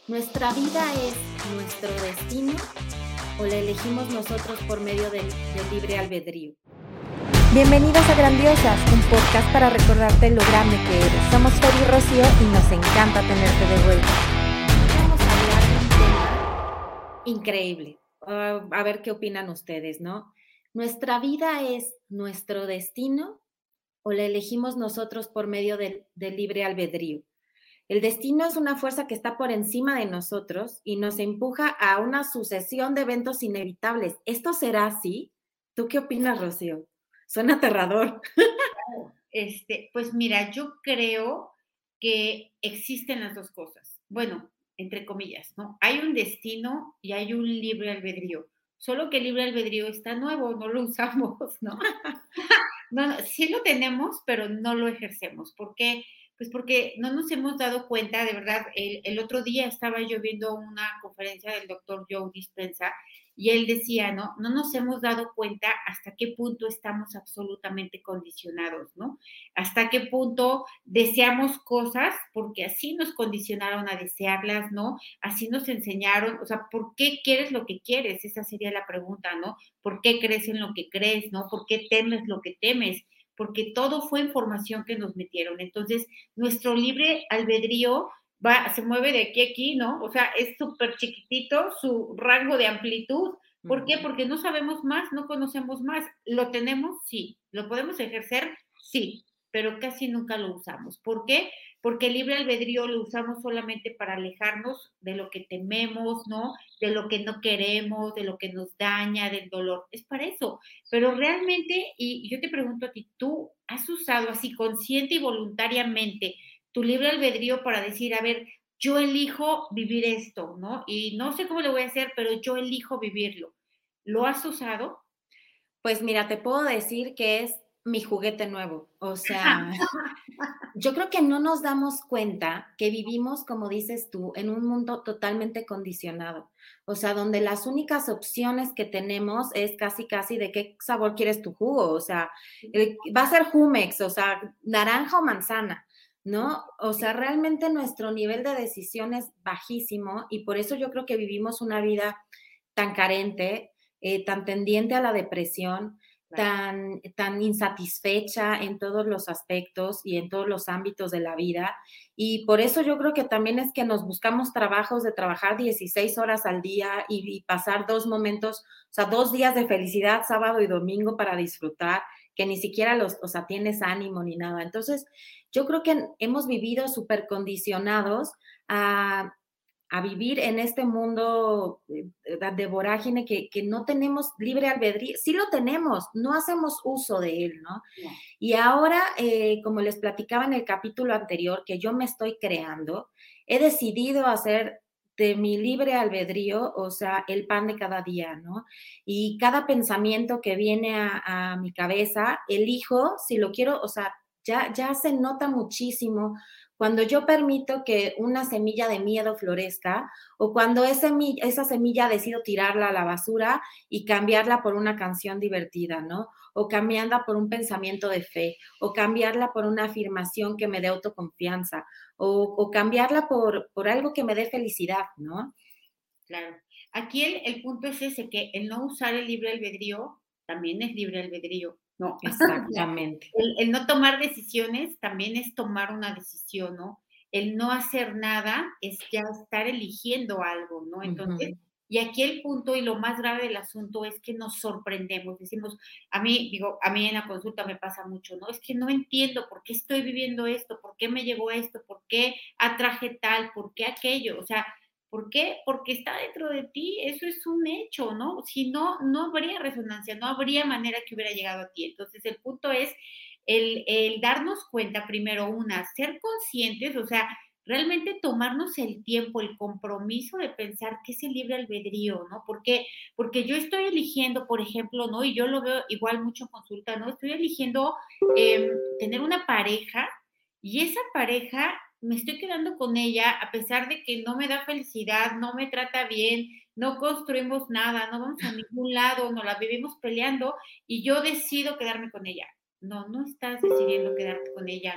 ¿Nuestra vida es nuestro destino o la elegimos nosotros por medio del libre albedrío? Bienvenidos a Grandiosas, un podcast para recordarte lo grande que eres. Somos Fer y Rocío y nos encanta tenerte de vuelta. Vamos a hablar de un tema increíble. A ver qué opinan ustedes, ¿no? ¿Nuestra vida es nuestro destino o la elegimos nosotros por medio del libre albedrío? El destino es una fuerza que está por encima de nosotros y nos empuja a una sucesión de eventos inevitables. ¿Esto será así? ¿Tú qué opinas, Rocío? Suena aterrador. Pues mira, yo creo que existen las dos cosas. Bueno, entre comillas, ¿no? Hay un destino y hay un libre albedrío. Solo que el libre albedrío está nuevo, no lo usamos, ¿no? No, sí lo tenemos, pero no lo ejercemos. ¿Por qué? Pues porque no nos hemos dado cuenta, de verdad, el otro día estaba yo viendo una conferencia del doctor Joe Dispenza y él decía, ¿no? No nos hemos dado cuenta hasta qué punto estamos absolutamente condicionados, ¿no? Hasta qué punto deseamos cosas porque así nos condicionaron a desearlas, ¿no? Así nos enseñaron, o sea, ¿por qué quieres lo que quieres? Esa sería la pregunta, ¿no? ¿Por qué crees en lo que crees, no? ¿Por qué temes lo que temes? Porque todo fue información que nos metieron. Entonces, nuestro libre albedrío se mueve de aquí a aquí, ¿no? O sea, es súper chiquitito su rango de amplitud. ¿Por qué? Porque no sabemos más, no conocemos más. ¿Lo tenemos? Sí. ¿Lo podemos ejercer? Sí, pero casi nunca lo usamos. ¿Por qué? Porque el libre albedrío lo usamos solamente para alejarnos de lo que tememos, ¿no? De lo que no queremos, de lo que nos daña, del dolor. Es para eso. Pero realmente, y yo te pregunto a ti, ¿tú has usado así consciente y voluntariamente tu libre albedrío para decir, a ver, yo elijo vivir esto, ¿no? Y no sé cómo lo voy a hacer, pero yo elijo vivirlo. ¿Lo has usado? Pues mira, te puedo decir que es mi juguete nuevo. O sea, yo creo que no nos damos cuenta que vivimos, como dices tú, en un mundo totalmente condicionado. O sea, donde las únicas opciones que tenemos es casi de qué sabor quieres tu jugo. O sea, va a ser Jumex, o sea, naranja o manzana, ¿no? O sea, realmente nuestro nivel de decisión es bajísimo y por eso yo creo que vivimos una vida tan carente, tan tendiente a la depresión, tan insatisfecha en todos los aspectos y en todos los ámbitos de la vida. Y por eso yo creo que también es que nos buscamos trabajos de trabajar 16 horas al día y pasar 2 momentos, o sea, 2 días de felicidad, sábado y domingo para disfrutar, que ni siquiera o sea, tienes ánimo ni nada. Entonces, yo creo que hemos vivido súper condicionados a vivir en este mundo de vorágine que no tenemos libre albedrío. Sí lo tenemos, no hacemos uso de él, ¿no? No. Y ahora, como les platicaba en el capítulo anterior, que yo me estoy creando, he decidido hacer de mi libre albedrío, o sea, el pan de cada día, ¿no? Y cada pensamiento que viene a mi cabeza, elijo si lo quiero, o sea, ya se nota muchísimo cuando yo permito que una semilla de miedo florezca o cuando esa semilla decido tirarla a la basura y cambiarla por una canción divertida, ¿no? O cambiarla por un pensamiento de fe, o cambiarla por una afirmación que me dé autoconfianza, o cambiarla por algo que me dé felicidad, ¿no? Claro. Aquí el punto es ese, que el no usar el libre albedrío también es libre albedrío, ¿no? Exactamente. El no tomar decisiones también es tomar una decisión, ¿no? El no hacer nada es ya estar eligiendo algo, ¿no? Entonces, Ujú. y aquí el punto y lo más grave del asunto es que nos sorprendemos. Decimos, a mí en la consulta me pasa mucho, ¿no? Es que no entiendo por qué estoy viviendo esto, por qué me llegó esto, por qué atraje tal, por qué aquello. O sea, ¿por qué? Porque está dentro de ti, eso es un hecho, ¿no? Si no, no habría resonancia, no habría manera que hubiera llegado a ti. Entonces, el punto es el darnos cuenta, primero, ser conscientes, o sea, realmente tomarnos el tiempo, el compromiso de pensar qué es el libre albedrío, ¿no? Porque yo estoy eligiendo, por ejemplo, ¿no? Y yo lo veo igual mucho en consulta, ¿no? Estoy eligiendo tener una pareja y esa pareja me estoy quedando con ella a pesar de que no me da felicidad, no me trata bien, no construimos nada, no vamos a ningún lado, nos la vivimos peleando y yo decido quedarme con ella. No, no estás decidiendo quedarte con ella, ¿no?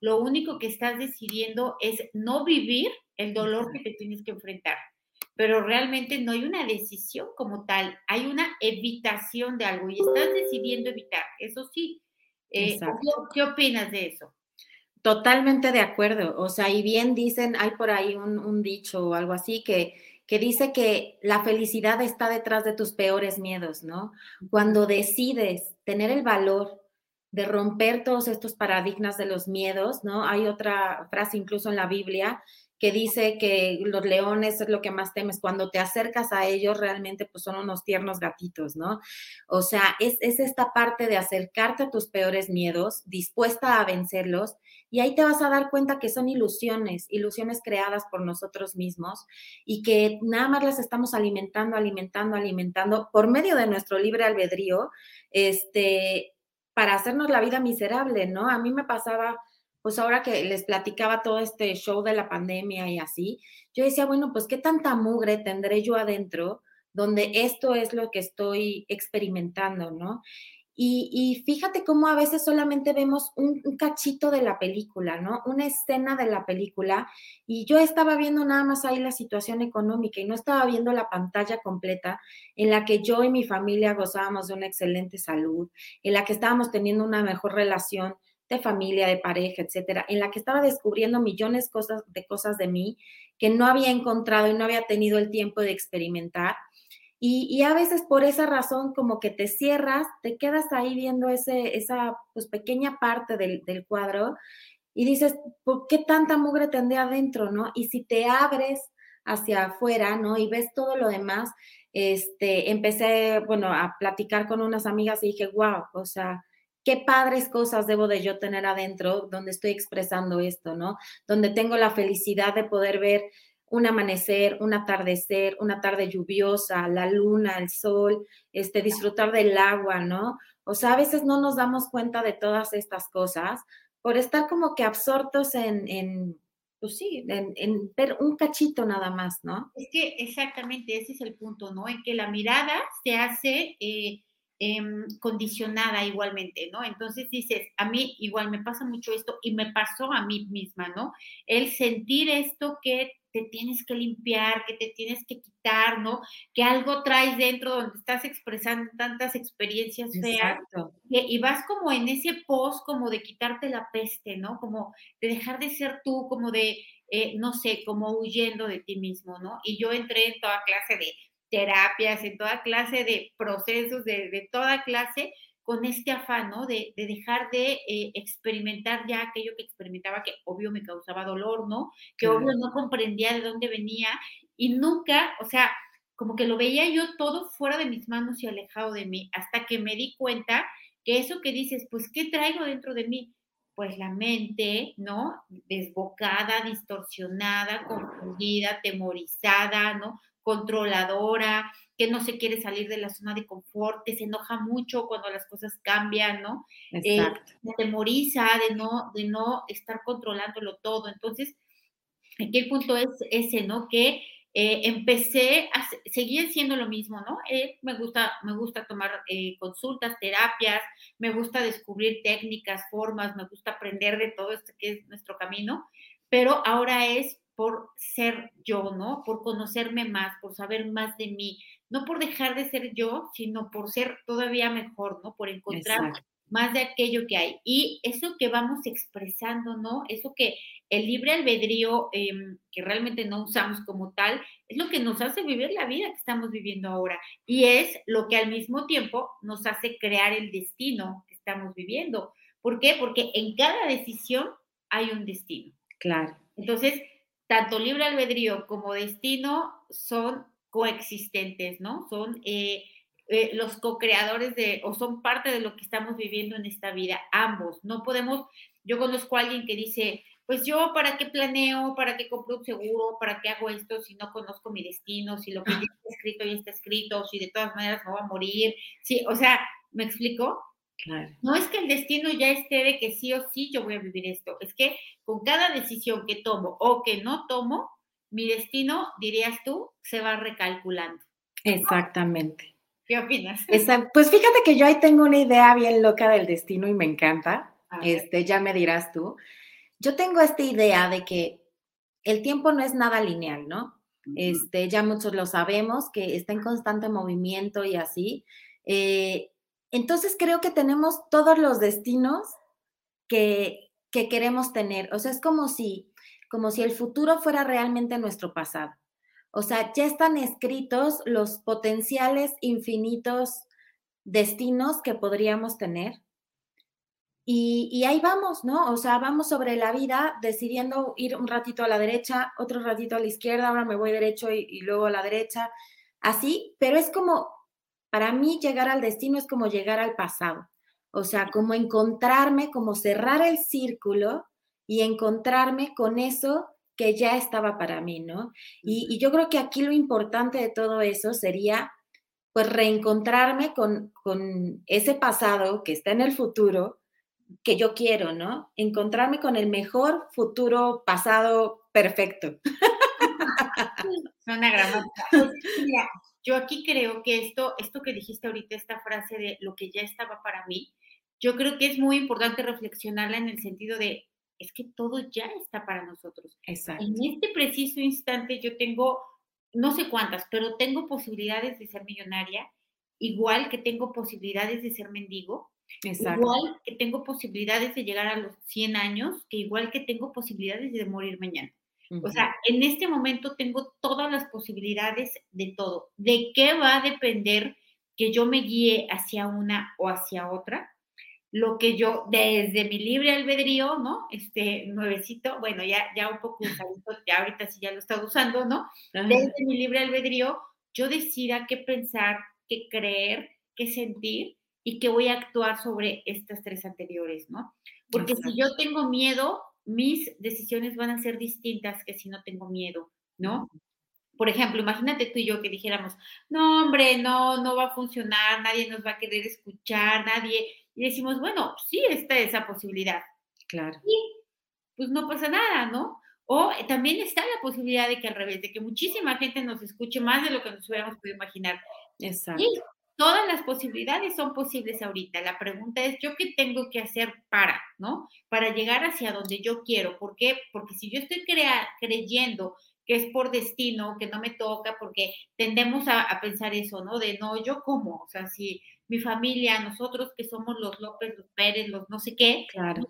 lo único que estás decidiendo es no vivir el dolor que te tienes que enfrentar. Pero realmente no hay una decisión como tal, hay una evitación de algo y estás decidiendo evitar, eso sí. Exacto. ¿Qué opinas de eso? Totalmente de acuerdo. O sea, y bien dicen, hay por ahí un dicho o algo así que dice que la felicidad está detrás de tus peores miedos, ¿no? Cuando decides tener el valor de romper todos estos paradigmas de los miedos, ¿no? Hay otra frase incluso en la Biblia que dice que los leones es lo que más temes. Cuando te acercas a ellos, realmente pues son unos tiernos gatitos, ¿no? O sea, es esta parte de acercarte a tus peores miedos, dispuesta a vencerlos, y ahí te vas a dar cuenta que son ilusiones, ilusiones creadas por nosotros mismos y que nada más las estamos alimentando, alimentando, alimentando por medio de nuestro libre albedrío, para hacernos la vida miserable, ¿no? A mí me pasaba, pues ahora que les platicaba todo este show de la pandemia y así, yo decía, bueno, pues qué tanta mugre tendré yo adentro donde esto es lo que estoy experimentando, ¿no? Y fíjate cómo a veces solamente vemos un cachito de la película, ¿no? Una escena de la película, y yo estaba viendo nada más ahí la situación económica y no estaba viendo la pantalla completa en la que yo y mi familia gozábamos de una excelente salud, en la que estábamos teniendo una mejor relación de familia, de pareja, etcétera, en la que estaba descubriendo millones cosas de mí que no había encontrado y no había tenido el tiempo de experimentar. Y a veces por esa razón como que te cierras, te quedas ahí viendo esa pues, pequeña parte del cuadro y dices, ¿por qué tanta mugre tendré adentro, no? Y si te abres hacia afuera, ¿no? Y ves todo lo demás, empecé, bueno, a platicar con unas amigas y dije, wow, o sea, qué padres cosas debo de yo tener adentro donde estoy expresando esto, ¿no? Donde tengo la felicidad de poder ver un amanecer, un atardecer, una tarde lluviosa, la luna, el sol, disfrutar del agua, ¿no? O sea, a veces no nos damos cuenta de todas estas cosas por estar como que absortos pues sí, en ver un cachito nada más, ¿no? Es que exactamente ese es el punto, ¿no? En que la mirada se hace condicionada igualmente, ¿no? Entonces dices, a mí igual me pasa mucho esto y me pasó a mí misma, ¿no? El sentir esto que te tienes que limpiar, que te tienes que quitar, ¿no? Que algo traes dentro donde estás expresando tantas experiencias feas Exacto, y vas como en ese post como de quitarte la peste, ¿no? Como de dejar de ser tú, como de no sé, como huyendo de ti mismo, ¿no? Y yo entré en toda clase de terapias, en toda clase de procesos, de toda clase, con este afán, ¿no? De dejar de experimentar ya aquello que experimentaba, que obvio me causaba dolor, ¿no? Que obvio claro, no comprendía de dónde venía y nunca, o sea, como que lo veía yo todo fuera de mis manos y alejado de mí, hasta que me di cuenta que eso que dices, pues, ¿qué traigo dentro de mí? Pues la mente, ¿no? Desbocada, distorsionada, confundida, temorizada, ¿no? Controladora, que no se quiere salir de la zona de confort, que se enoja mucho cuando las cosas cambian, ¿no? exacto, Se temoriza de no estar controlándolo todo. Entonces, aquí el punto es ese, ¿no? Que empecé a seguir siendo lo mismo, ¿no? Me gusta tomar consultas, terapias, me gusta descubrir técnicas, formas, me gusta aprender de todo esto que es nuestro camino, pero ahora es por ser yo, ¿no? Por conocerme más, por saber más de mí, no por dejar de ser yo, sino por ser todavía mejor, ¿no? Por encontrar exacto, más de aquello que hay. Y eso que vamos expresando, ¿no? Eso que el libre albedrío, que realmente no usamos como tal, es lo que nos hace vivir la vida que estamos viviendo ahora. Y es lo que al mismo tiempo nos hace crear el destino que estamos viviendo. ¿Por qué? Porque en cada decisión hay un destino. claro, Entonces, tanto libre albedrío como destino son coexistentes, ¿no? Son los co-creadores o son parte de lo que estamos viviendo en esta vida, ambos. No podemos, yo conozco a alguien que dice, pues yo para qué planeo, para qué compro un seguro, para qué hago esto si no conozco mi destino, si lo que ya está escrito, si de todas maneras me voy a morir, sí, o sea, ¿me explico? claro. No es que el destino ya esté de que sí o sí yo voy a vivir esto, es que con cada decisión que tomo o que no tomo, mi destino, dirías tú, se va recalculando. Exactamente. ¿Qué opinas? Pues fíjate que yo ahí tengo una idea bien loca del destino y me encanta. A ver. Ya me dirás tú. yo tengo esta idea de que el tiempo no es nada lineal, ¿no? Ya muchos lo sabemos, que está en constante movimiento y así. Eh, entonces creo que tenemos todos los destinos que queremos tener. O sea, es como si el futuro fuera realmente nuestro pasado. O sea, ya están escritos los potenciales infinitos destinos que podríamos tener. Y ahí vamos, ¿no? O sea, vamos sobre la vida decidiendo ir un ratito a la derecha, otro ratito a la izquierda, ahora me voy derecho y luego a la derecha, así, pero es como, para mí llegar al destino es como llegar al pasado, o sea, como encontrarme, como cerrar el círculo y encontrarme con eso que ya estaba para mí, ¿no? Y yo creo que aquí lo importante de todo eso sería, pues, reencontrarme con ese pasado que está en el futuro, que yo quiero, ¿no? Encontrarme con el mejor futuro pasado perfecto. Suena gramática. Pues es que mira, yo aquí creo que esto que dijiste ahorita, esta frase de lo que ya estaba para mí, yo creo que es muy importante reflexionarla en el sentido de, es que todo ya está para nosotros. En Exacto, este preciso instante yo tengo, no sé cuántas, pero tengo posibilidades de ser millonaria, igual que tengo posibilidades de ser mendigo, exacto. igual que tengo posibilidades de llegar a los 100 años, que igual que tengo posibilidades de morir mañana. O Ujú. sea, en este momento tengo todas las posibilidades de todo. ¿De qué va a depender que yo me guíe hacia una o hacia otra? Lo que yo, desde mi libre albedrío, ¿no? Nuevecito, bueno, ya un poco usadito, ya ahorita sí ya lo he estado usando, ¿no? Ajá, Desde mi libre albedrío, yo decida qué pensar, qué creer, qué sentir y qué voy a actuar sobre estas tres anteriores, ¿no? Porque si exacto. yo tengo miedo, mis decisiones van a ser distintas que si no tengo miedo, ¿no? Ujú. Por ejemplo, imagínate tú y yo que dijéramos, no, hombre, no, no va a funcionar, nadie nos va a querer escuchar, nadie. Y decimos, bueno, sí está esa posibilidad. Claro, Y pues no pasa nada, ¿no? O también está la posibilidad de que al revés, de que muchísima gente nos escuche más de lo que nos hubiéramos podido imaginar. exacto. Y todas las posibilidades son posibles ahorita. La pregunta es, ¿yo qué tengo que hacer para, ¿no? Para llegar hacia donde yo quiero. ¿Por qué? Porque si yo estoy creyendo que es por destino, que no me toca, porque tendemos a pensar eso, ¿no? De no, yo cómo, o sea, si mi familia, nosotros que somos los López, los Pérez, los no sé qué, Claro,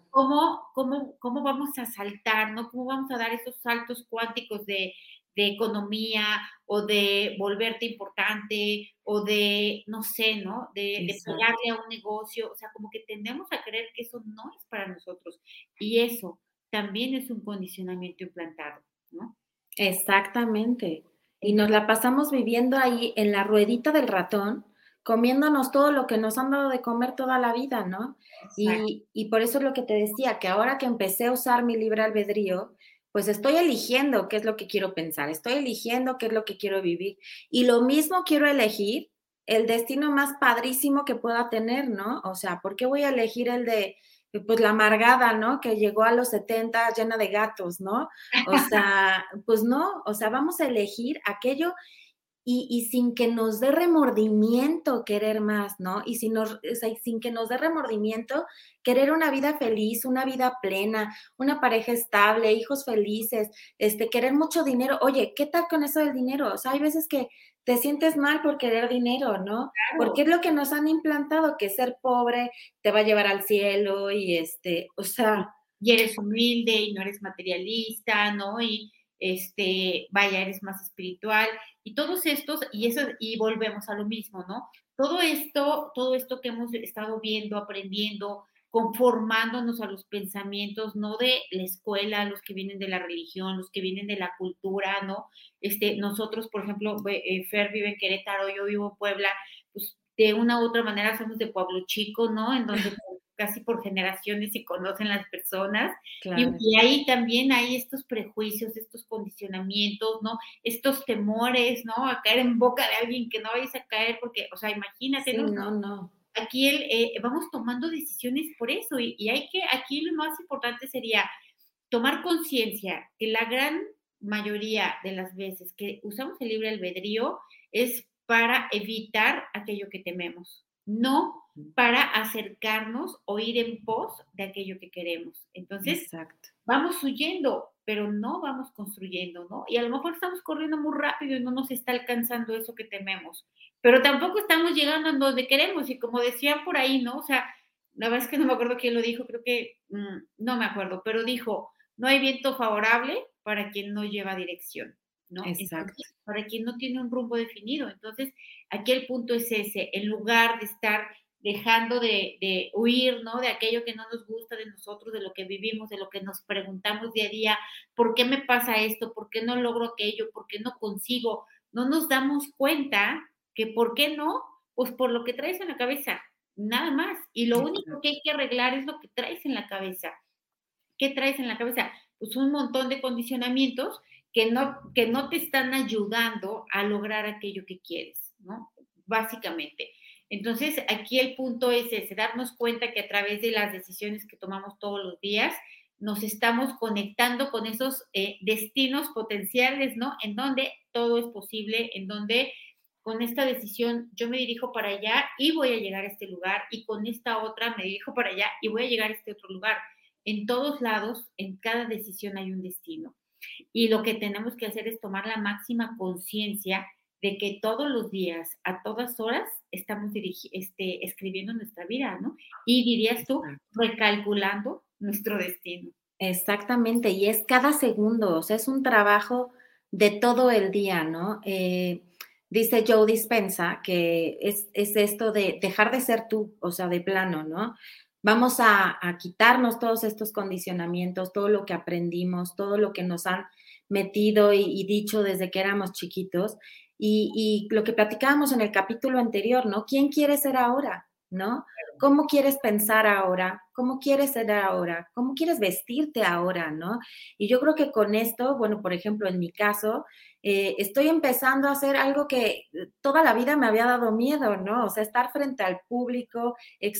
¿cómo vamos a saltar, ¿no? ¿Cómo vamos a dar esos saltos cuánticos de economía o de volverte importante o de, no sé, ¿no? De exacto. pegarle a un negocio, o sea, como que tendemos a creer que eso no es para nosotros. Y eso también es un condicionamiento implantado, ¿no? Exactamente. Y nos Entonces, la pasamos viviendo ahí en la ruedita del ratón, comiéndonos todo lo que nos han dado de comer toda la vida, ¿no? exacto. Y por eso es lo que te decía, que ahora que empecé a usar mi libre albedrío, pues estoy eligiendo qué es lo que quiero pensar, estoy eligiendo qué es lo que quiero vivir. Y lo mismo quiero elegir el destino más padrísimo que pueda tener, ¿no? O sea, ¿por qué voy a elegir el de, pues la amargada, ¿no? Que llegó a los 70 llena de gatos, ¿no? O sea, pues no, o sea, vamos a elegir aquello y sin que nos dé remordimiento querer más, ¿no? Y sin, nos, o sea, sin que nos dé remordimiento querer una vida feliz, una vida plena, una pareja estable, hijos felices, querer mucho dinero. Oye, ¿qué tal con eso del dinero? O sea, hay veces que te sientes mal por querer dinero, ¿no? Claro. Porque es lo que nos han implantado, que ser pobre te va a llevar al cielo y o sea, Y eres humilde y no eres materialista, ¿no? Y vaya, eres más espiritual y todos estos, y eso, y volvemos a lo mismo, ¿no? Todo esto que hemos estado viendo, aprendiendo, conformándonos a los pensamientos, no de la escuela, los que vienen de la religión, los que vienen de la cultura, ¿no? Nosotros, por ejemplo, Fer vive en Querétaro, yo vivo en Puebla, pues de una u otra manera somos de pueblo chico, ¿no? En donde casi por generaciones se conocen las personas claro, y ahí también hay estos prejuicios, estos condicionamientos, ¿no? Estos temores, ¿no? A caer en boca de alguien que no vayas a caer porque, o sea, imagínate, sí, ¿no? no, no, Aquí vamos tomando decisiones por eso y hay que, aquí lo más importante sería tomar conciencia que la gran mayoría de las veces que usamos el libre albedrío es para evitar aquello que tememos, no para acercarnos o ir en pos de aquello que queremos. Entonces, Exacto. vamos huyendo, pero no vamos construyendo, ¿no? Y a lo mejor estamos corriendo muy rápido y no nos está alcanzando eso que tememos, pero tampoco estamos llegando a donde queremos. Y como decían por ahí, ¿no? O sea, la verdad es que no me acuerdo quién lo dijo, creo que, no me acuerdo, pero dijo, no hay viento favorable para quien no lleva dirección, ¿no? Exacto. Entonces, para quien no tiene un rumbo definido. Entonces, aquí el punto es ese, en lugar de estar dejando de huir, ¿no? De aquello que no nos gusta de nosotros, de lo que vivimos, de lo que nos preguntamos día a día, ¿por qué me pasa esto? ¿Por qué no logro aquello? ¿Por qué no consigo? No nos damos cuenta que, ¿por qué no? Pues por lo que traes en la cabeza, nada más. Y lo único que Exacto. hay que arreglar es lo que traes en la cabeza. ¿Qué traes en la cabeza? Pues un montón de condicionamientos que no te están ayudando a lograr aquello que quieres, ¿no? Básicamente. Entonces, aquí el punto es ese, darnos cuenta que a través de las decisiones que tomamos todos los días, nos estamos conectando con esos destinos potenciales, ¿no? En donde todo es posible, en donde con esta decisión yo me dirijo para allá y voy a llegar a este lugar, y con esta otra me dirijo para allá y voy a llegar a este otro lugar. En todos lados, en cada decisión hay un destino. Y lo que tenemos que hacer es tomar la máxima conciencia de que todos los días, a todas horas, estamos escribiendo nuestra vida, ¿no? Y dirías tú, Exacto. recalculando nuestro destino. Exactamente, y es cada segundo, o sea, es un trabajo de todo el día, ¿no? Dice Joe Dispenza que es esto de dejar de ser tú, o sea, de plano, ¿no? Vamos a quitarnos todos estos condicionamientos, todo lo que aprendimos, todo lo que nos han metido y dicho desde que éramos chiquitos, y lo que platicábamos en el capítulo anterior, ¿no? ¿Quién quiere ser ahora? ¿No? ¿Cómo quieres pensar ahora? ¿Cómo quieres ser ahora? ¿Cómo quieres vestirte ahora? ¿No? Y yo creo que con esto, bueno, por ejemplo, en mi caso, estoy empezando a hacer algo que toda la vida me había dado miedo, ¿no? O sea, estar frente al público,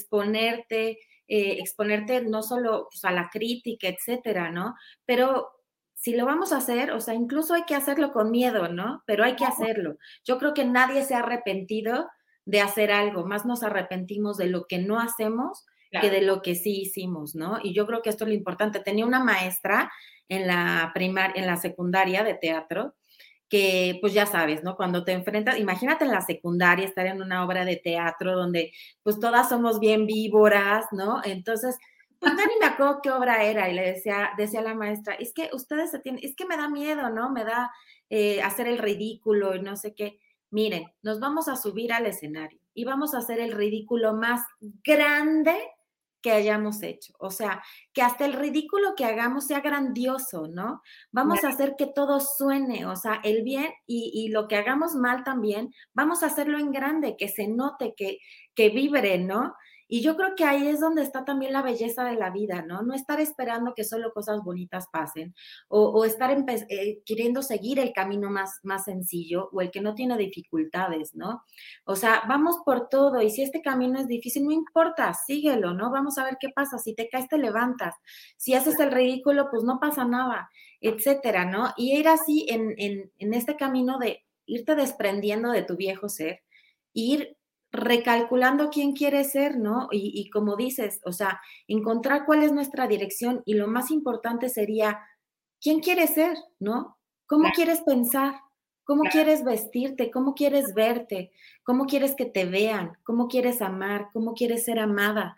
exponerte no solo pues, a la crítica, etcétera, ¿no? Pero si lo vamos a hacer, o sea, incluso hay que hacerlo con miedo, ¿no? Pero hay que hacerlo. Yo creo que nadie se ha arrepentido de hacer algo, más nos arrepentimos de lo que no hacemos que Claro. de lo que sí hicimos, ¿no? Y yo creo que esto es lo importante. Tenía una maestra en en la secundaria de teatro, que pues ya sabes, ¿no? Cuando te enfrentas, imagínate en la secundaria estar en una obra de teatro donde pues todas somos bien víboras, ¿no? Entonces, pues ya ni me acuerdo qué obra era y decía la maestra, es que ustedes se tienen, es que me da miedo, ¿no? Me da hacer el ridículo y no sé qué. Miren, nos vamos a subir al escenario y vamos a hacer el ridículo más grande que hayamos hecho. O sea, que hasta el ridículo que hagamos sea grandioso, ¿no? Vamos a hacer que todo suene, o sea, el bien y lo que hagamos mal también, vamos a hacerlo en grande, que se note, que vibre, ¿no? Y yo creo que ahí es donde está también la belleza de la vida, ¿no? No estar esperando que solo cosas bonitas pasen o estar queriendo seguir el camino más sencillo o el que no tiene dificultades, ¿no? O sea, vamos por todo y si este camino es difícil, no importa, síguelo, ¿no? Vamos a ver qué pasa. Si te caes, te levantas. Si haces el ridículo, pues no pasa nada, etcétera, ¿no? Y ir así en este camino de irte desprendiendo de tu viejo ser, ir recalculando quién quieres ser, ¿no? Y como dices, o sea, encontrar cuál es nuestra dirección y lo más importante sería, ¿quién quieres ser, no? ¿Cómo Claro, quieres pensar? ¿Cómo claro. quieres vestirte? ¿Cómo quieres verte? ¿Cómo quieres que te vean? ¿Cómo quieres amar? ¿Cómo quieres ser amada?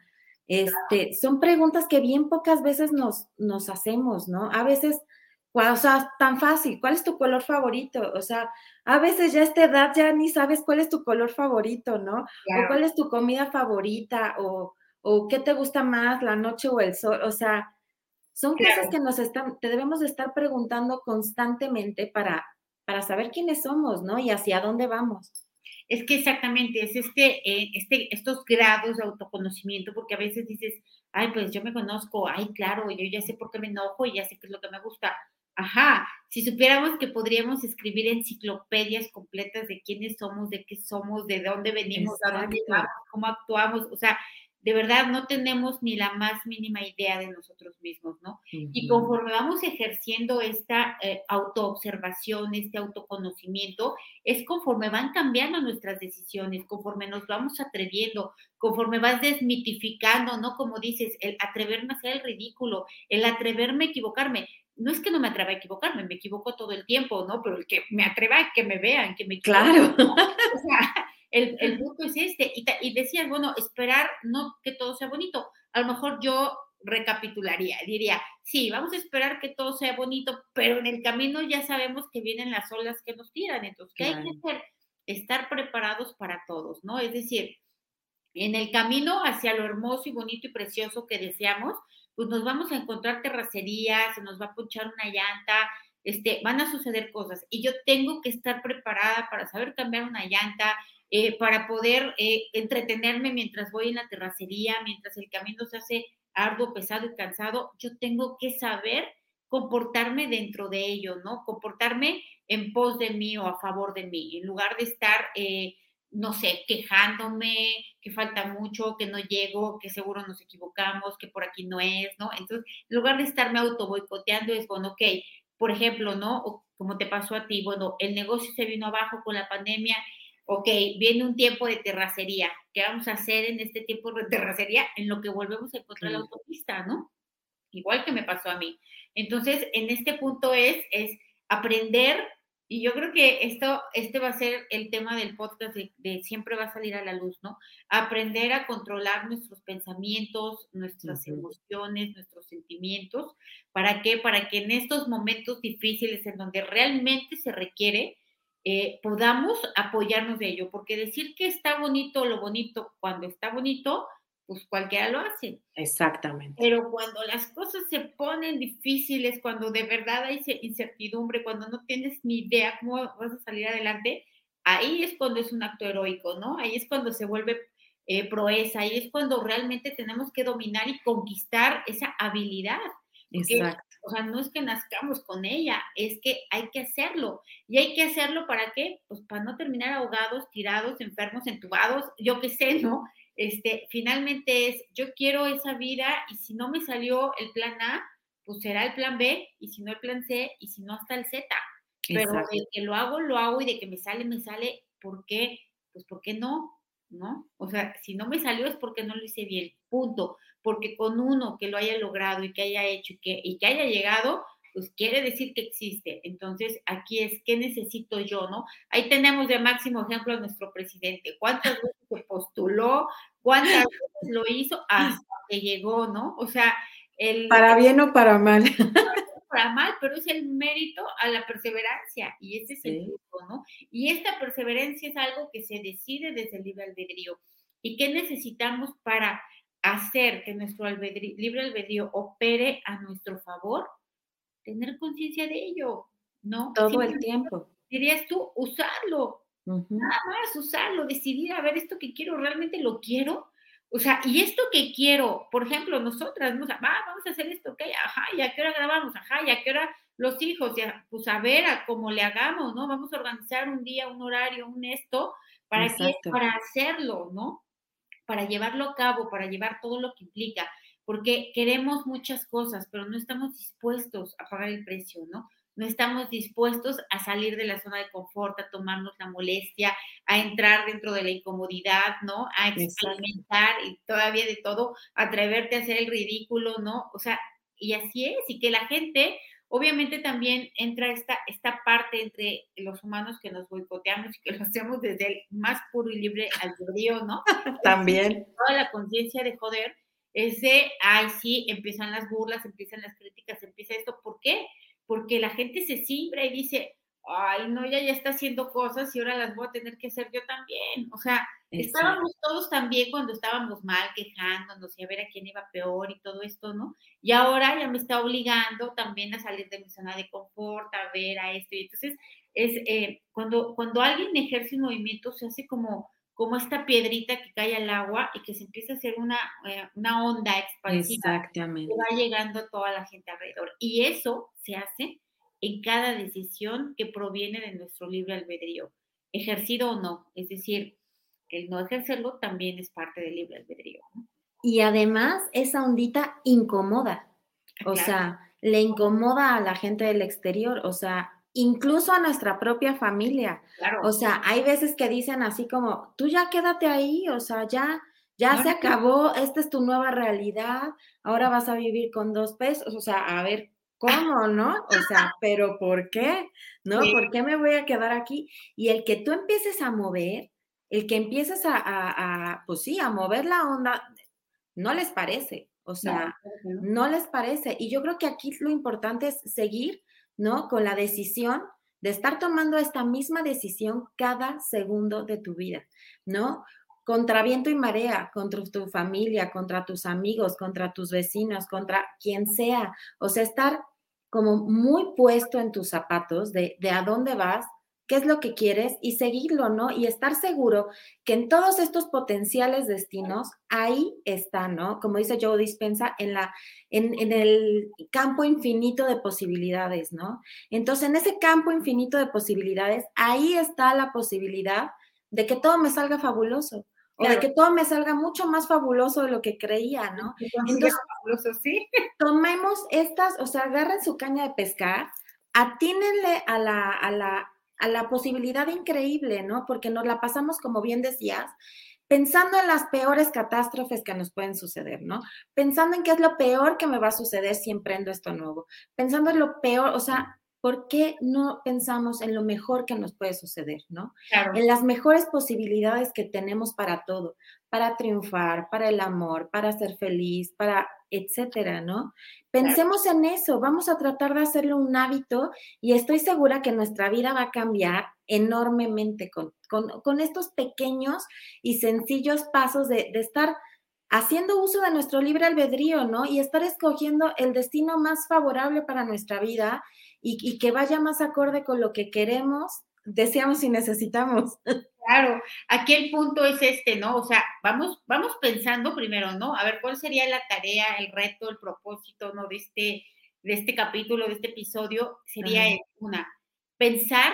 Son preguntas que bien pocas veces nos hacemos, ¿no? A veces, o sea, tan fácil, ¿cuál es tu color favorito? O sea, a veces ya a esta edad ya ni sabes cuál es tu color favorito, ¿no? O Claro. cuál es tu comida favorita, o qué te gusta más, la noche o el sol. O sea, son cosas Claro. que te debemos de estar preguntando constantemente para saber quiénes somos, ¿no? Y hacia dónde vamos. Es que exactamente, es estos grados de autoconocimiento, porque a veces dices, ay, pues yo me conozco, ay, claro, yo ya sé por qué me enojo y ya sé qué es lo que me gusta. Ajá, si supiéramos que podríamos escribir enciclopedias completas de quiénes somos, de qué somos, de dónde venimos, a dónde Exacto, vamos, cómo actuamos, o sea, de verdad no tenemos ni la más mínima idea de nosotros mismos, ¿no? Y Ujú. conforme vamos ejerciendo esta autoobservación, este autoconocimiento, es conforme van cambiando nuestras decisiones, conforme nos vamos atreviendo, conforme vas desmitificando, ¿no? Como dices, el atreverme a hacer el ridículo, el atreverme a equivocarme. No es que no me atreva a equivocarme, me equivoco todo el tiempo, ¿no? Pero el que me atreva a que me vean, que me equivoco. Claro. O sea, el punto es este. Y decías, bueno, esperar no que todo sea bonito. A lo mejor yo recapitularía, diría, sí, vamos a esperar que todo sea bonito, pero en el camino ya sabemos que vienen las olas que nos tiran. Entonces, ¿qué hay que Claro. hacer? Estar preparados para todos, ¿no? Es decir, en el camino hacia lo hermoso y bonito y precioso que deseamos, pues nos vamos a encontrar terracerías, se nos va a ponchar una llanta, van a suceder cosas. Y yo tengo que estar preparada para saber cambiar una llanta, para poder entretenerme mientras voy en la terracería, mientras el camino se hace arduo, pesado y cansado. Yo tengo que saber comportarme dentro de ello, ¿no? Comportarme en pos de mí o a favor de mí, en lugar de estar no sé, quejándome, que falta mucho, que no llego, que seguro nos equivocamos, que por aquí no es, ¿no? Entonces, en lugar de estarme auto boicoteando, es bueno, ok, por ejemplo, ¿no? O como te pasó a ti, bueno, el negocio se vino abajo con la pandemia, ok, viene un tiempo de terracería, ¿qué vamos a hacer en este tiempo de terracería? En lo que volvemos a encontrar la Claro. autopista, ¿no? Igual que me pasó a mí. Entonces, en este punto es aprender, y yo creo que este va a ser el tema del podcast de siempre va a salir a la luz, ¿no? Aprender a controlar nuestros pensamientos, nuestras Ujú. emociones, nuestros sentimientos. ¿Para qué? Para que en estos momentos difíciles en donde realmente se requiere, podamos apoyarnos de ello, porque decir que está bonito lo bonito cuando está bonito, pues cualquiera lo hace. Exactamente. Pero cuando las cosas se ponen difíciles, cuando de verdad hay incertidumbre, cuando no tienes ni idea cómo vas a salir adelante, ahí es cuando es un acto heroico, ¿no? Ahí es cuando se vuelve proeza, ahí es cuando realmente tenemos que dominar y conquistar esa habilidad, porque, Exacto. o sea, no es que nazcamos con ella, es que hay que hacerlo. ¿Y hay que hacerlo para qué? Pues para no terminar ahogados, tirados, enfermos, entubados, yo qué sé, ¿no? Finalmente es, yo quiero esa vida y si no me salió el plan A, pues será el plan B y si no el plan C y si no hasta el Z. Pero Exacto. de que lo hago y de que me sale, ¿por qué? Pues ¿por qué no? ¿No? O sea, si no me salió es porque no lo hice bien, punto. Porque con uno que lo haya logrado y que haya hecho y que haya llegado, pues quiere decir que existe. Entonces, aquí es, ¿qué necesito yo, no? Ahí tenemos de máximo ejemplo a nuestro presidente. ¿Cuántas veces se postuló? ¿Cuántas veces lo hizo hasta que llegó, no? O sea, Para bien o para mal. para mal, pero es el mérito a la perseverancia y ese es el Sí. punto, ¿no? Y esta perseverancia es algo que se decide desde el libre albedrío. ¿Y qué necesitamos para hacer que nuestro libre albedrío opere a nuestro favor? Tener conciencia de ello, ¿no? Todo el Simplemente, tiempo. dirías tú, usarlo, Ujú. nada más usarlo, decidir, a ver, esto que quiero, ¿realmente lo quiero? O sea, y esto que quiero, por ejemplo, nosotras, ¿no? O sea, vamos a hacer esto, ok, ajá, ¿y a qué hora grabamos? Ajá, ¿y a qué hora los hijos? Ya, pues a ver, a cómo le hagamos, ¿no? Vamos a organizar un día, un horario, un esto, ¿para qué? Exacto. Para hacerlo, ¿no? Para llevarlo a cabo, para llevar todo lo que implica, porque queremos muchas cosas, pero no estamos dispuestos a pagar el precio, ¿no? No estamos dispuestos a salir de la zona de confort, a tomarnos la molestia, a entrar dentro de la incomodidad, ¿no? A Exacto. experimentar y todavía de todo, atreverte a hacer el ridículo, ¿no? O sea, y así es, y que la gente, obviamente también entra esta parte entre los humanos que nos boicoteamos y que lo hacemos desde el más puro y libre albedrío, ¿no? También. Toda la conciencia de joder, es de, ay, sí, empiezan las burlas, empiezan las críticas, empieza esto. ¿Por qué? Porque la gente se simbra y dice, ay, no, ella ya está haciendo cosas y ahora las voy a tener que hacer yo también. O sea, Exacto. estábamos todos también cuando estábamos mal, quejándonos y a ver a quién iba peor y todo esto, ¿no? Y ahora ya me está obligando también a salir de mi zona de confort, a ver a esto. Y entonces, cuando alguien ejerce un movimiento, se hace como esta piedrita que cae al agua y que se empieza a hacer una onda expansiva que Exactamente. va llegando a toda la gente alrededor. Y eso se hace en cada decisión que proviene de nuestro libre albedrío, ejercido o no. Es decir, el no ejercerlo también es parte del libre albedrío, ¿no? Y además esa ondita incomoda, o Claro, sea, le incomoda a la gente del exterior, o sea, incluso a nuestra propia familia. O claro. sea, hay veces que dicen así como, tú ya quédate ahí, o sea, ya No, se no, acabó, esta es tu nueva realidad, ahora vas a vivir con 2 pesos, o sea, a ver, ¿cómo, no? O sea, pero ¿por qué? ¿No? sí, ¿Por qué me voy a quedar aquí? Y el que tú empieces a mover, el que empieces pues sí, a mover la onda, no les parece, o no, sea, claro que no. no les parece. Y yo creo que aquí lo importante es seguir, ¿no? Con la decisión de estar tomando esta misma decisión cada segundo de tu vida, ¿no? Contra viento y marea, contra tu familia, contra tus amigos, contra tus vecinos, contra quien sea. O sea, estar como muy puesto en tus zapatos de a dónde vas, qué es lo que quieres y seguirlo, ¿no? Y estar seguro que en todos estos potenciales destinos, ahí está, ¿no? Como dice Joe Dispenza, en el campo infinito de posibilidades, ¿no? Entonces, en ese campo infinito de posibilidades, ahí está la posibilidad de que todo me salga fabuloso o de Claro, que todo me salga mucho más fabuloso de lo que creía, ¿no? se considera Entonces, fabuloso, sí. tomemos estas, o sea, agarren su caña de pescar, atínenle a la posibilidad increíble, ¿no? Porque nos la pasamos, como bien decías, pensando en las peores catástrofes que nos pueden suceder, ¿no? Pensando en qué es lo peor que me va a suceder si emprendo esto nuevo. Pensando en lo peor, o sea, ¿por qué no pensamos en lo mejor que nos puede suceder, ¿no? Claro, En las mejores posibilidades que tenemos para todo, para triunfar, para el amor, para ser feliz, para etcétera, ¿no? claro. Pensemos en eso, vamos a tratar de hacerlo un hábito y estoy segura que nuestra vida va a cambiar enormemente con estos pequeños y sencillos pasos de estar haciendo uso de nuestro libre albedrío, ¿no? Y estar escogiendo el destino más favorable para nuestra vida y que vaya más acorde con lo que queremos, deseamos y necesitamos. Claro, aquí el punto es este, ¿no? O sea, vamos pensando primero, ¿no? A ver, ¿cuál sería la tarea, el reto, el propósito, ¿no? De este capítulo, de este episodio, sería Ajá, una, pensar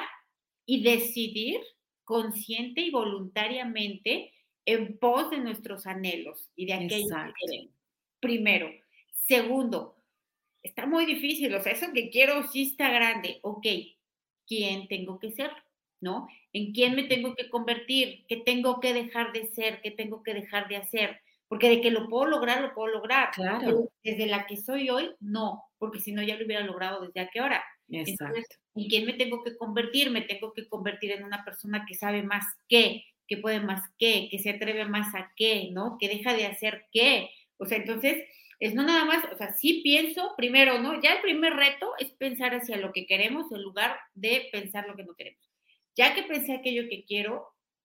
y decidir consciente y voluntariamente en pos de nuestros anhelos y de aquello que exacto, queremos. Primero. Segundo, está muy difícil, o sea, eso que quiero sí está grande. Ok, ¿quién tengo que ser? ¿No? ¿En quién me tengo que convertir? ¿Qué tengo que dejar de ser? ¿Qué tengo que dejar de hacer? Porque de que lo puedo lograr, lo puedo lograr. claro, Pero desde la que soy hoy, no, porque si no ya lo hubiera logrado desde a qué hora. Entonces, exacto, ¿en quién me tengo que convertir? Me tengo que convertir en una persona que sabe más que puede más que se atreve más a qué, ¿no? Que deja de hacer qué. O sea, entonces, es no nada más, o sea, sí pienso primero, ¿no? Ya el primer reto es pensar hacia lo que queremos en lugar de pensar lo que no queremos. Ya que pensé aquello que quiero,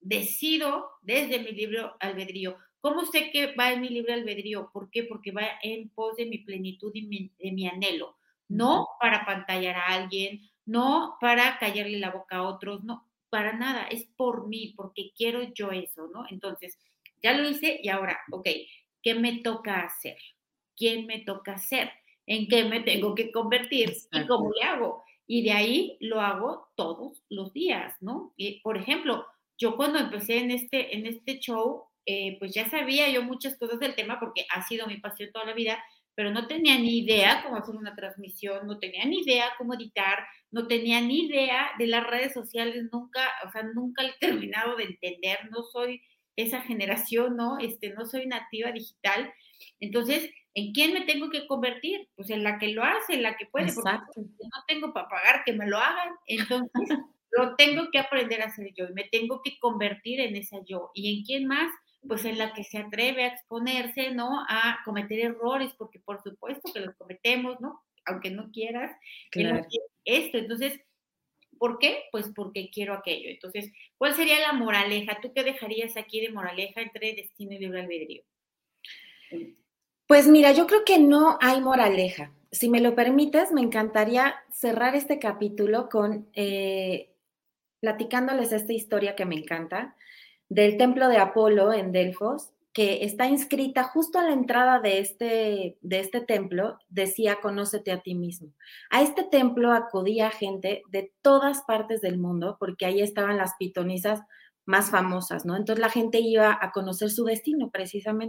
decido desde mi libre albedrío. ¿Cómo sé que va en mi libre albedrío? ¿Por qué? Porque va en pos de mi plenitud y de mi anhelo. ujú, No para pantallar a alguien, no para callarle la boca a otros, no, para nada, es por mí, porque quiero yo eso, ¿no? Entonces, ya lo hice y ahora, ok, ¿qué me toca hacer? ¿Quién me toca ser? ¿En qué me tengo que convertir? ¿Y exacto, cómo le hago? Y de ahí lo hago todos los días, ¿no? Y, por ejemplo, yo cuando empecé en este show, pues ya sabía yo muchas cosas del tema porque ha sido mi pasión toda la vida, pero no tenía ni idea cómo hacer una transmisión, no tenía ni idea cómo editar, no tenía ni idea de las redes sociales, nunca, o sea, nunca he terminado de entender, no soy esa generación, ¿no? No soy nativa digital. Entonces, ¿en quién me tengo que convertir? Pues en la que lo hace, en la que puede, porque exacto. no tengo para pagar que me lo hagan. Entonces, lo tengo que aprender a hacer yo y me tengo que convertir en esa yo. ¿Y en quién más? Pues en la que se atreve a exponerse, ¿no? A cometer errores, porque por supuesto que los cometemos, ¿no? Aunque no quieras, en la Claro. que esto. Entonces, ¿por qué? Pues porque quiero aquello. Entonces, ¿cuál sería la moraleja? ¿Tú qué dejarías aquí de moraleja entre destino y libre albedrío? Pues mira, yo creo que no hay moraleja. Si me lo permites, me encantaría cerrar este capítulo con platicándoles esta historia que me encanta del templo de Apolo en Delfos, que está inscrita justo a la entrada de este templo, decía, conócete a ti mismo. A este templo acudía gente de todas partes del mundo, porque ahí estaban las pitonisas más famosas, ¿no? Entonces la gente iba a conocer su destino precisamente.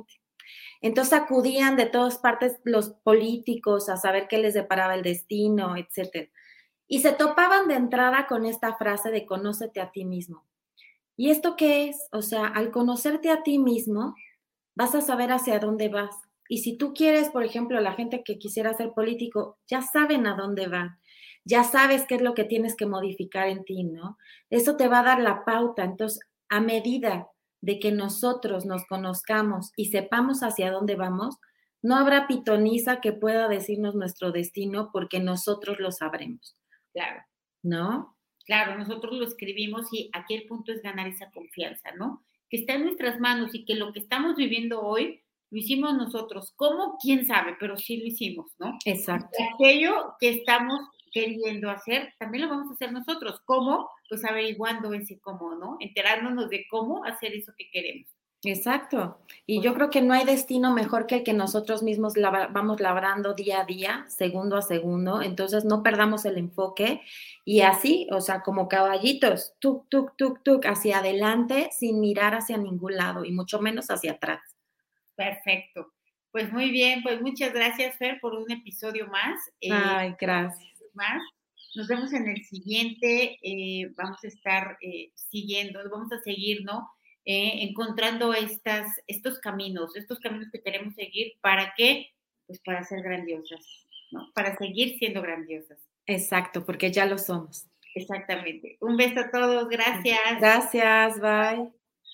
Entonces acudían de todas partes los políticos a saber qué les deparaba el destino, etcétera. Y se topaban de entrada con esta frase de conócete a ti mismo. ¿Y esto qué es? O sea, al conocerte a ti mismo, vas a saber hacia dónde vas. Y si tú quieres, por ejemplo, la gente que quisiera ser político, ya saben a dónde van, ya sabes qué es lo que tienes que modificar en ti, ¿no? Eso te va a dar la pauta. Entonces, a medida de que nosotros nos conozcamos y sepamos hacia dónde vamos, no habrá pitoniza que pueda decirnos nuestro destino porque nosotros lo sabremos, Claro. ¿no? Claro, nosotros lo escribimos y aquí el punto es ganar esa confianza, ¿no? Que está en nuestras manos y que lo que estamos viviendo hoy lo hicimos nosotros. ¿Cómo? ¿Quién sabe? Pero sí lo hicimos, ¿no? Exacto. Y aquello que estamos queriendo hacer, también lo vamos a hacer nosotros. ¿Cómo? Pues averiguando ese cómo, ¿no? Enterándonos de cómo hacer eso que queremos. Exacto. Y Pues, yo creo que no hay destino mejor que el que nosotros mismos vamos labrando día a día, segundo a segundo. Entonces no perdamos el enfoque y así, o sea, como caballitos, tuk, tuk, tuk, tuk, hacia adelante sin mirar hacia ningún lado y mucho menos hacia atrás. perfecto. Pues muy bien, pues muchas gracias, Fer, por un episodio más. Ay, gracias. Más. Nos vemos en el siguiente. Vamos a estar siguiendo, vamos a seguir, ¿no? Encontrando estos caminos que queremos seguir. ¿Para qué? Pues para ser grandiosas, ¿no? Para seguir siendo grandiosas. Exacto, porque ya lo somos. Exactamente. Un beso a todos. Gracias. Gracias, bye.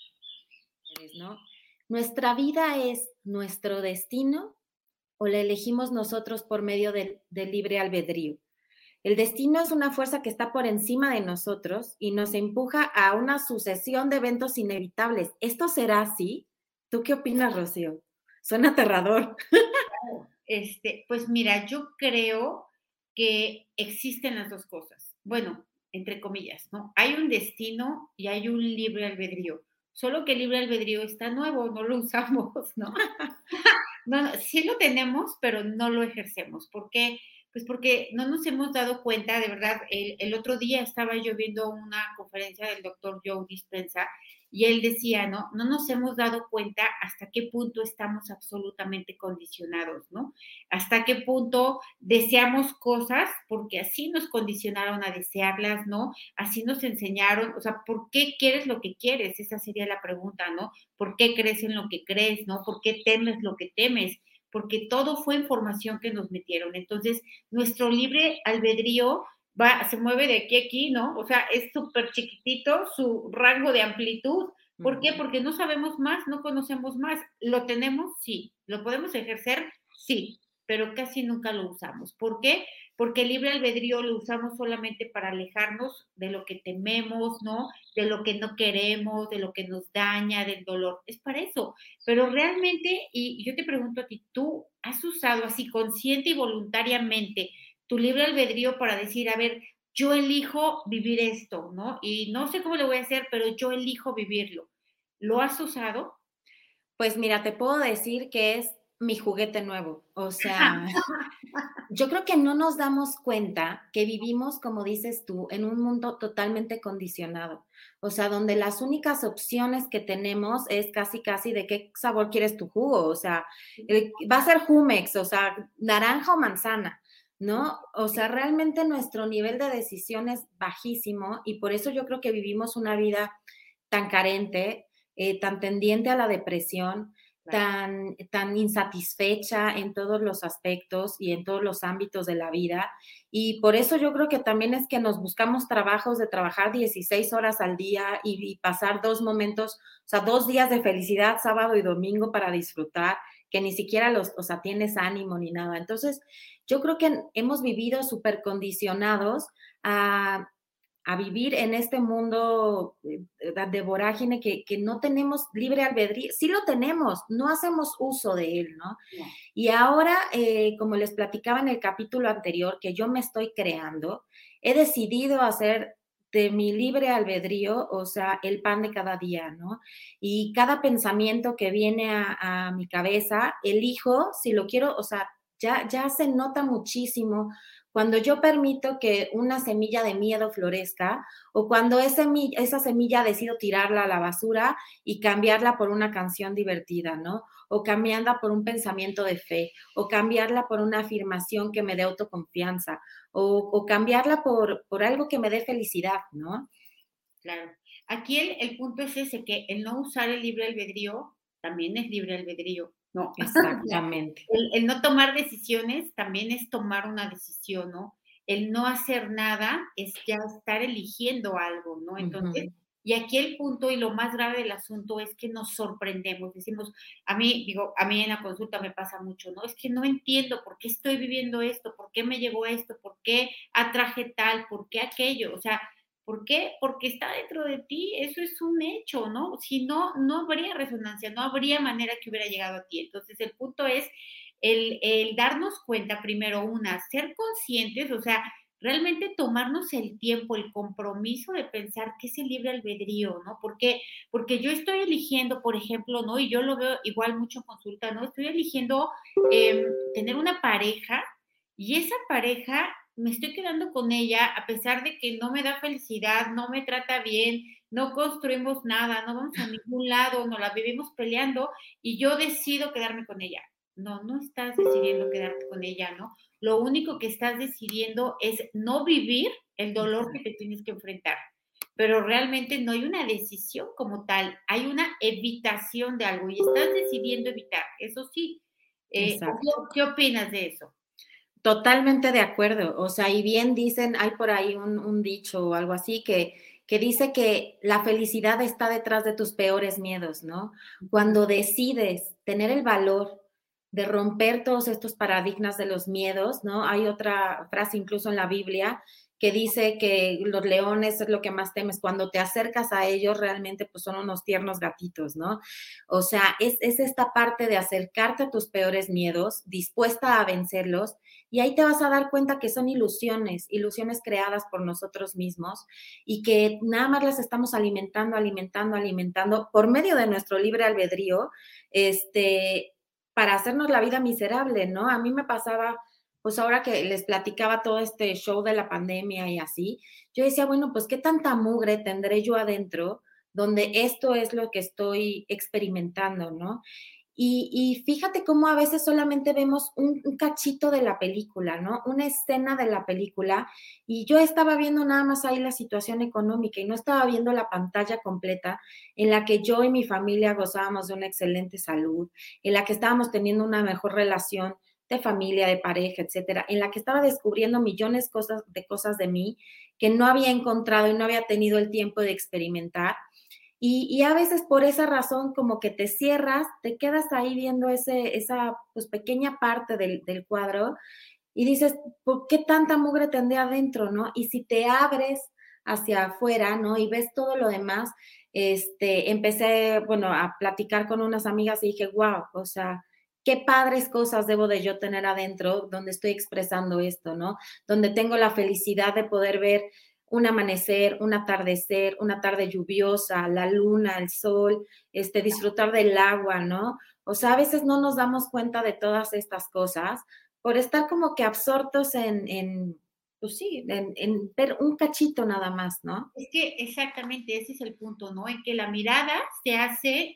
¿No? ¿Nuestra vida es nuestro destino o la elegimos nosotros por medio del libre albedrío? El destino es una fuerza que está por encima de nosotros y nos empuja a una sucesión de eventos inevitables. ¿Esto será así? ¿Tú qué opinas, Rocío? Suena aterrador. Pues mira, yo creo que existen las dos cosas. Bueno, entre comillas, ¿no? Hay un destino y hay un libre albedrío. Solo que el libre albedrío está nuevo, no lo usamos, ¿no? No, sí lo tenemos, pero no lo ejercemos. ¿Por qué? Pues porque no nos hemos dado cuenta, de verdad, el otro día estaba yo viendo una conferencia del doctor Joe Dispenza y él decía, ¿no? No nos hemos dado cuenta hasta qué punto estamos absolutamente condicionados, ¿no? Hasta qué punto deseamos cosas porque así nos condicionaron a desearlas, ¿no? Así nos enseñaron, o sea, ¿por qué quieres lo que quieres? Esa sería la pregunta, ¿no? ¿Por qué crees en lo que crees, no? ¿Por qué temes lo que temes? Porque todo fue información que nos metieron. Entonces, nuestro libre albedrío se mueve de aquí a aquí, ¿no? O sea, es súper chiquitito su rango de amplitud. ¿Por qué? Porque no sabemos más, no conocemos más. ¿Lo tenemos? Sí. ¿Lo podemos ejercer? Sí, pero casi nunca lo usamos. ¿Por qué? Porque el libre albedrío lo usamos solamente para alejarnos de lo que tememos, ¿no? De lo que no queremos, de lo que nos daña, del dolor. Es para eso. Pero realmente, y yo te pregunto a ti, ¿tú has usado así consciente y voluntariamente tu libre albedrío para decir, a ver, yo elijo vivir esto, ¿no? Y no sé cómo lo voy a hacer, pero yo elijo vivirlo. ¿Lo has usado? Pues mira, te puedo decir que es mi juguete nuevo. O sea, yo creo que no nos damos cuenta que vivimos, como dices tú, en un mundo totalmente condicionado. O sea, donde las únicas opciones que tenemos es casi, casi de qué sabor quieres tu jugo. O sea, va a ser Jumex, o sea, naranja o manzana, ¿no? O sea, realmente nuestro nivel de decisión es bajísimo y por eso yo creo que vivimos una vida tan carente, tan tendiente a la depresión, tan insatisfecha en todos los aspectos y en todos los ámbitos de la vida. Y por eso yo creo que también es que nos buscamos trabajos de trabajar 16 horas al día y pasar 2 momentos, o sea, 2 días de felicidad, sábado y domingo para disfrutar, que ni siquiera o sea, tienes ánimo ni nada. Entonces, yo creo que hemos vivido súper condicionados a vivir en este mundo de vorágine que no tenemos libre albedrío. Sí lo tenemos, no hacemos uso de él, ¿no? No. Y ahora, como les platicaba en el capítulo anterior, que yo me estoy creando, he decidido hacer de mi libre albedrío, o sea, el pan de cada día, ¿no? Y cada pensamiento que viene a mi cabeza, elijo si lo quiero, o sea, ya se nota muchísimo cuando yo permito que una semilla de miedo florezca o cuando esa semilla decido tirarla a la basura y cambiarla por una canción divertida, ¿no? O cambiarla por un pensamiento de fe, o cambiarla por una afirmación que me dé autoconfianza, o cambiarla por algo que me dé felicidad, ¿no? Claro. Aquí el punto es ese, que el no usar el libre albedrío también es libre albedrío, ¿no? O sea, Exactamente, el no tomar decisiones también es tomar una decisión, ¿no? El no hacer nada es ya estar eligiendo algo, ¿no? Entonces, ujú, y aquí el punto y lo más grave del asunto es que nos sorprendemos, decimos, a mí en la consulta me pasa mucho, ¿no? Es que no entiendo por qué estoy viviendo esto, por qué me llegó esto, por qué atraje tal, por qué aquello, o sea, ¿por qué? Porque está dentro de ti, eso es un hecho, ¿no? Si no, no habría resonancia, no habría manera que hubiera llegado a ti. Entonces, el punto es el darnos cuenta, primero, ser conscientes, o sea, realmente tomarnos el tiempo, el compromiso de pensar qué es el libre albedrío, ¿no? Porque yo estoy eligiendo, por ejemplo, ¿no? Y yo lo veo igual mucho en consulta, ¿no? Estoy eligiendo tener una pareja y esa pareja me estoy quedando con ella a pesar de que no me da felicidad, no me trata bien, no construimos nada, no vamos a ningún lado, nos la vivimos peleando y yo decido quedarme con ella. No, no estás decidiendo quedarte con ella, ¿no? Lo único que estás decidiendo es no vivir el dolor que exacto, te tienes que enfrentar. Pero realmente no hay una decisión como tal, hay una evitación de algo y estás decidiendo evitar, eso sí. exacto. ¿Qué opinas de eso? Totalmente de acuerdo. O sea, y bien dicen, hay por ahí un dicho o algo así que dice que la felicidad está detrás de tus peores miedos, ¿no? Cuando decides tener el valor de romper todos estos paradigmas de los miedos, ¿no? Hay otra frase incluso en la Biblia que dice que los leones es lo que más temes. Cuando te acercas a ellos, realmente pues son unos tiernos gatitos, ¿no? O sea, es esta parte de acercarte a tus peores miedos, dispuesta a vencerlos y ahí te vas a dar cuenta que son ilusiones, ilusiones creadas por nosotros mismos y que nada más las estamos alimentando, alimentando, alimentando por medio de nuestro libre albedrío, para hacernos la vida miserable, ¿no? A mí me pasaba, pues ahora que les platicaba todo este show de la pandemia y así, yo decía, bueno, pues qué tanta mugre tendré yo adentro donde esto es lo que estoy experimentando, ¿no? Y fíjate cómo a veces solamente vemos un cachito de la película, ¿no? Una escena de la película, y yo estaba viendo nada más ahí la situación económica y no estaba viendo la pantalla completa en la que yo y mi familia gozábamos de una excelente salud, en la que estábamos teniendo una mejor relación de familia, de pareja, etcétera, en la que estaba descubriendo millones cosas de mí que no había encontrado y no había tenido el tiempo de experimentar. Y a veces por esa razón como que te cierras, te quedas ahí viendo esa pues, pequeña parte del cuadro y dices, ¿por qué tanta mugre tendré adentro, no? Y si te abres hacia afuera, ¿no? Y ves todo lo demás, empecé, bueno, a platicar con unas amigas y dije, wow, o sea, qué padres cosas debo de yo tener adentro donde estoy expresando esto, ¿no? Donde tengo la felicidad de poder ver un amanecer, un atardecer, una tarde lluviosa, la luna, el sol, disfrutar del agua, ¿no? O sea, a veces no nos damos cuenta de todas estas cosas por estar como que absortos pues sí, en ver un cachito nada más, ¿no? Es que exactamente ese es el punto, ¿no? En que la mirada se hace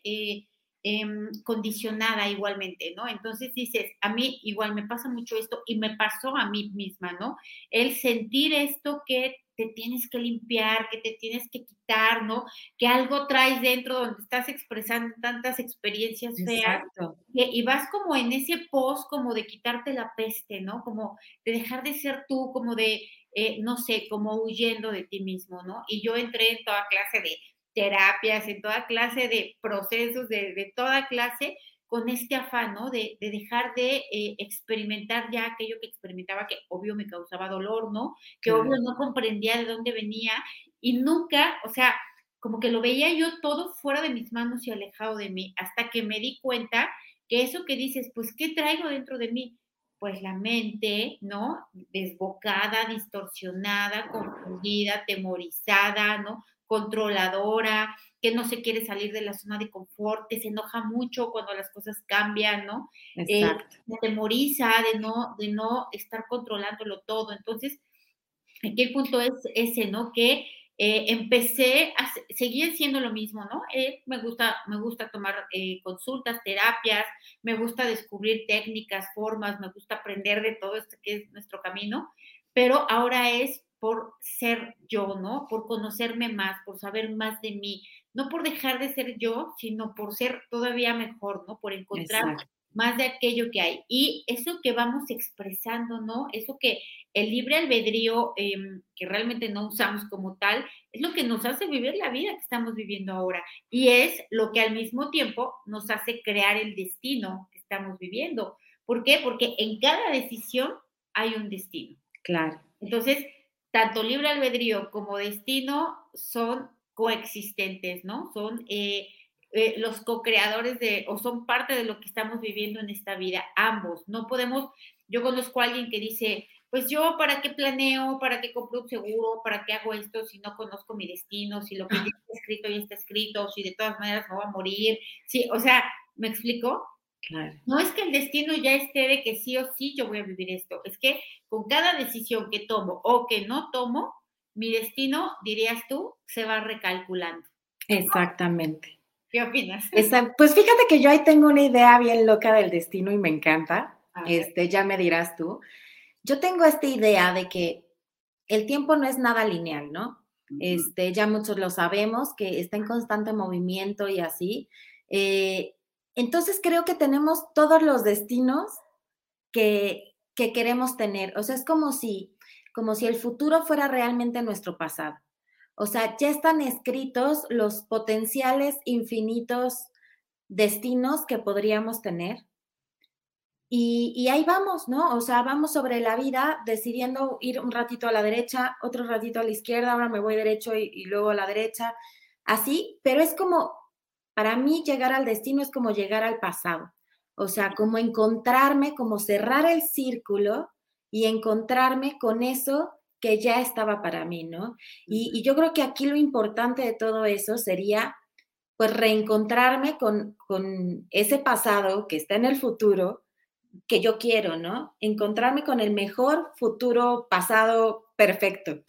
condicionada igualmente, ¿no? Entonces dices, a mí igual me pasa mucho esto y me pasó a mí misma, ¿no? El sentir esto que te tienes que limpiar, que te tienes que quitar, ¿no? Que algo traes dentro donde estás expresando tantas experiencias feas Exacto, y vas como en ese post como de quitarte la peste, ¿no? Como de dejar de ser tú, como de no sé, como huyendo de ti mismo, ¿no? Y yo entré en toda clase de terapias, en toda clase de procesos, de toda clase, con este afán, ¿no? De dejar de experimentar ya aquello que experimentaba, que obvio me causaba dolor, ¿no? Que obvio claro. no comprendía de dónde venía y nunca, o sea, como que lo veía yo todo fuera de mis manos y alejado de mí, hasta que me di cuenta que eso que dices, pues, ¿qué traigo dentro de mí? Pues la mente, ¿no? Desbocada, distorsionada, confundida, temorizada, ¿no? Controladora, que no se quiere salir de la zona de confort, que se enoja mucho cuando las cosas cambian, ¿no? Exacto. Se atemoriza de no estar controlándolo todo. Entonces, aquí el punto es ese, ¿no? Que empecé a seguir siendo lo mismo, ¿no? Me gusta tomar consultas, terapias, me gusta descubrir técnicas, formas, me gusta aprender de todo esto que es nuestro camino, pero ahora es por ser yo, ¿no? Por conocerme más, por saber más de mí, no por dejar de ser yo, sino por ser todavía mejor, ¿no? Por encontrar Exacto. más de aquello que hay. Y eso que vamos expresando, ¿no? Eso que el libre albedrío, que realmente no usamos como tal, es lo que nos hace vivir la vida que estamos viviendo ahora. Y es lo que al mismo tiempo nos hace crear el destino que estamos viviendo. ¿Por qué? Porque en cada decisión hay un destino. Claro. Entonces, tanto libre albedrío como destino son coexistentes, ¿no? Son los co-creadores o son parte de lo que estamos viviendo en esta vida, ambos. No podemos, yo conozco a alguien que dice, pues yo para qué planeo, para qué compro un seguro, para qué hago esto si no conozco mi destino, si lo que ya está escrito, si de todas maneras me voy a morir, sí, o sea, ¿me explico? Claro. No es que el destino ya esté de que sí o sí yo voy a vivir esto, es que con cada decisión que tomo o que no tomo, mi destino, dirías tú, se va recalculando. Exactamente. ¿Qué opinas? Pues fíjate que yo ahí tengo una idea bien loca del destino y me encanta. A ver. Ya me dirás tú. Yo tengo esta idea de que el tiempo no es nada lineal, ¿no? Ya muchos lo sabemos, que está en constante movimiento y así. Eh, entonces creo que tenemos todos los destinos que queremos tener. O sea, es como si el futuro fuera realmente nuestro pasado. O sea, ya están escritos los potenciales infinitos destinos que podríamos tener. Y ahí vamos, ¿no? O sea, vamos sobre la vida decidiendo ir un ratito a la derecha, otro ratito a la izquierda, ahora me voy derecho y luego a la derecha, así, pero es como, para mí llegar al destino es como llegar al pasado, o sea, como encontrarme, como cerrar el círculo y encontrarme con eso que ya estaba para mí, ¿no? Y yo creo que aquí lo importante de todo eso sería, pues, reencontrarme con ese pasado que está en el futuro, que yo quiero, ¿no? Encontrarme con el mejor futuro pasado perfecto.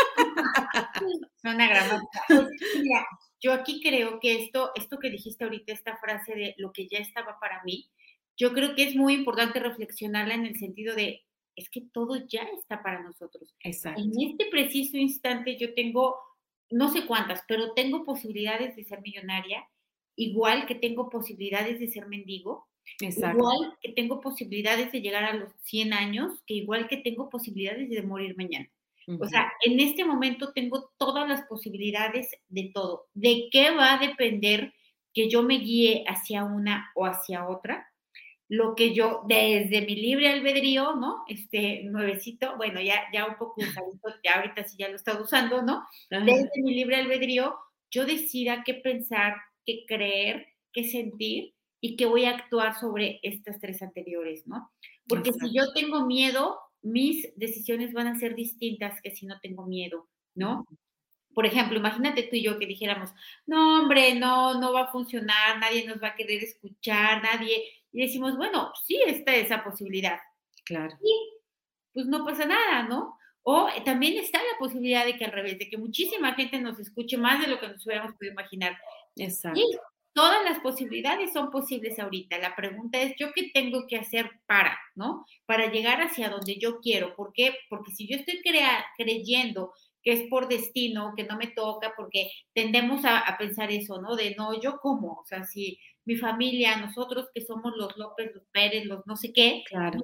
Suena gramática. Pues mira, yo aquí creo que esto que dijiste ahorita, esta frase de lo que ya estaba para mí, yo creo que es muy importante reflexionarla en el sentido de, es que todo ya está para nosotros. En Exacto, este preciso instante yo tengo, no sé cuántas, pero tengo posibilidades de ser millonaria, igual que tengo posibilidades de ser mendigo, exacto. igual que tengo posibilidades de llegar a los 100 años, que igual que tengo posibilidades de morir mañana. O Ujú. sea, en este momento tengo todas las posibilidades de todo. ¿De qué va a depender que yo me guíe hacia una o hacia otra? Lo que yo, desde mi libre albedrío, ¿no? Nuevecito, bueno, ya un poco usadito, ya ahorita sí ya lo he estado usando, ¿no? Ajá, Desde mi libre albedrío, yo decida qué pensar, qué creer, qué sentir y qué voy a actuar sobre estas tres anteriores, ¿no? Porque si exacto. yo tengo miedo, mis decisiones van a ser distintas que si no tengo miedo, ¿no? Ujú. Por ejemplo, imagínate tú y yo que dijéramos, no, hombre, no, no va a funcionar, nadie nos va a querer escuchar, nadie. Y decimos, bueno, sí está esa posibilidad. Claro, Y pues no pasa nada, ¿no? O también está la posibilidad de que al revés, de que muchísima gente nos escuche más de lo que nos hubiéramos podido imaginar. exacto. Y todas las posibilidades son posibles ahorita. La pregunta es, ¿yo qué tengo que hacer para, ¿no? Para llegar hacia donde yo quiero. ¿Por qué? Porque si yo estoy creyendo que es por destino, que no me toca, porque tendemos a pensar eso, ¿no? De no, yo cómo, o sea, si mi familia, nosotros que somos los López, los Pérez, los no sé qué, Claro,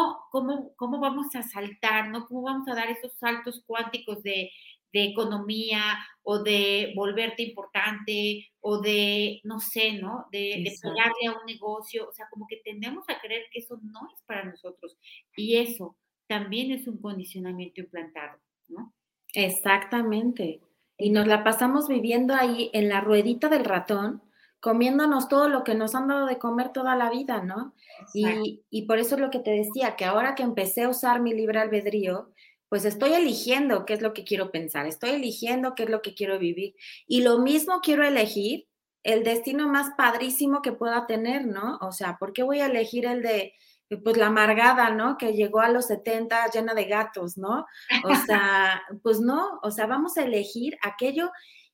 cómo vamos a saltar, ¿no? ¿Cómo vamos a dar esos saltos cuánticos de economía o de volverte importante o de, no sé, ¿no? De exacto. pegarle a un negocio, o sea, como que tendemos a creer que eso no es para nosotros. Y eso también es un condicionamiento implantado, ¿no? Exactamente. Y nos Entonces, la pasamos viviendo ahí en la ruedita del ratón, comiéndonos todo lo que nos han dado de comer toda la vida, ¿no? exacto. Y por eso es lo que te decía, que ahora que empecé a usar mi libre albedrío, pues estoy eligiendo qué es lo que quiero pensar, estoy eligiendo qué es lo que quiero vivir. Y lo mismo quiero elegir el destino más padrísimo que pueda tener, ¿no? O sea, ¿por qué voy a elegir el de, pues la amargada, ¿no? Que llegó a los 70 llena de gatos, ¿no? O sea, pues no, o sea, vamos a elegir aquello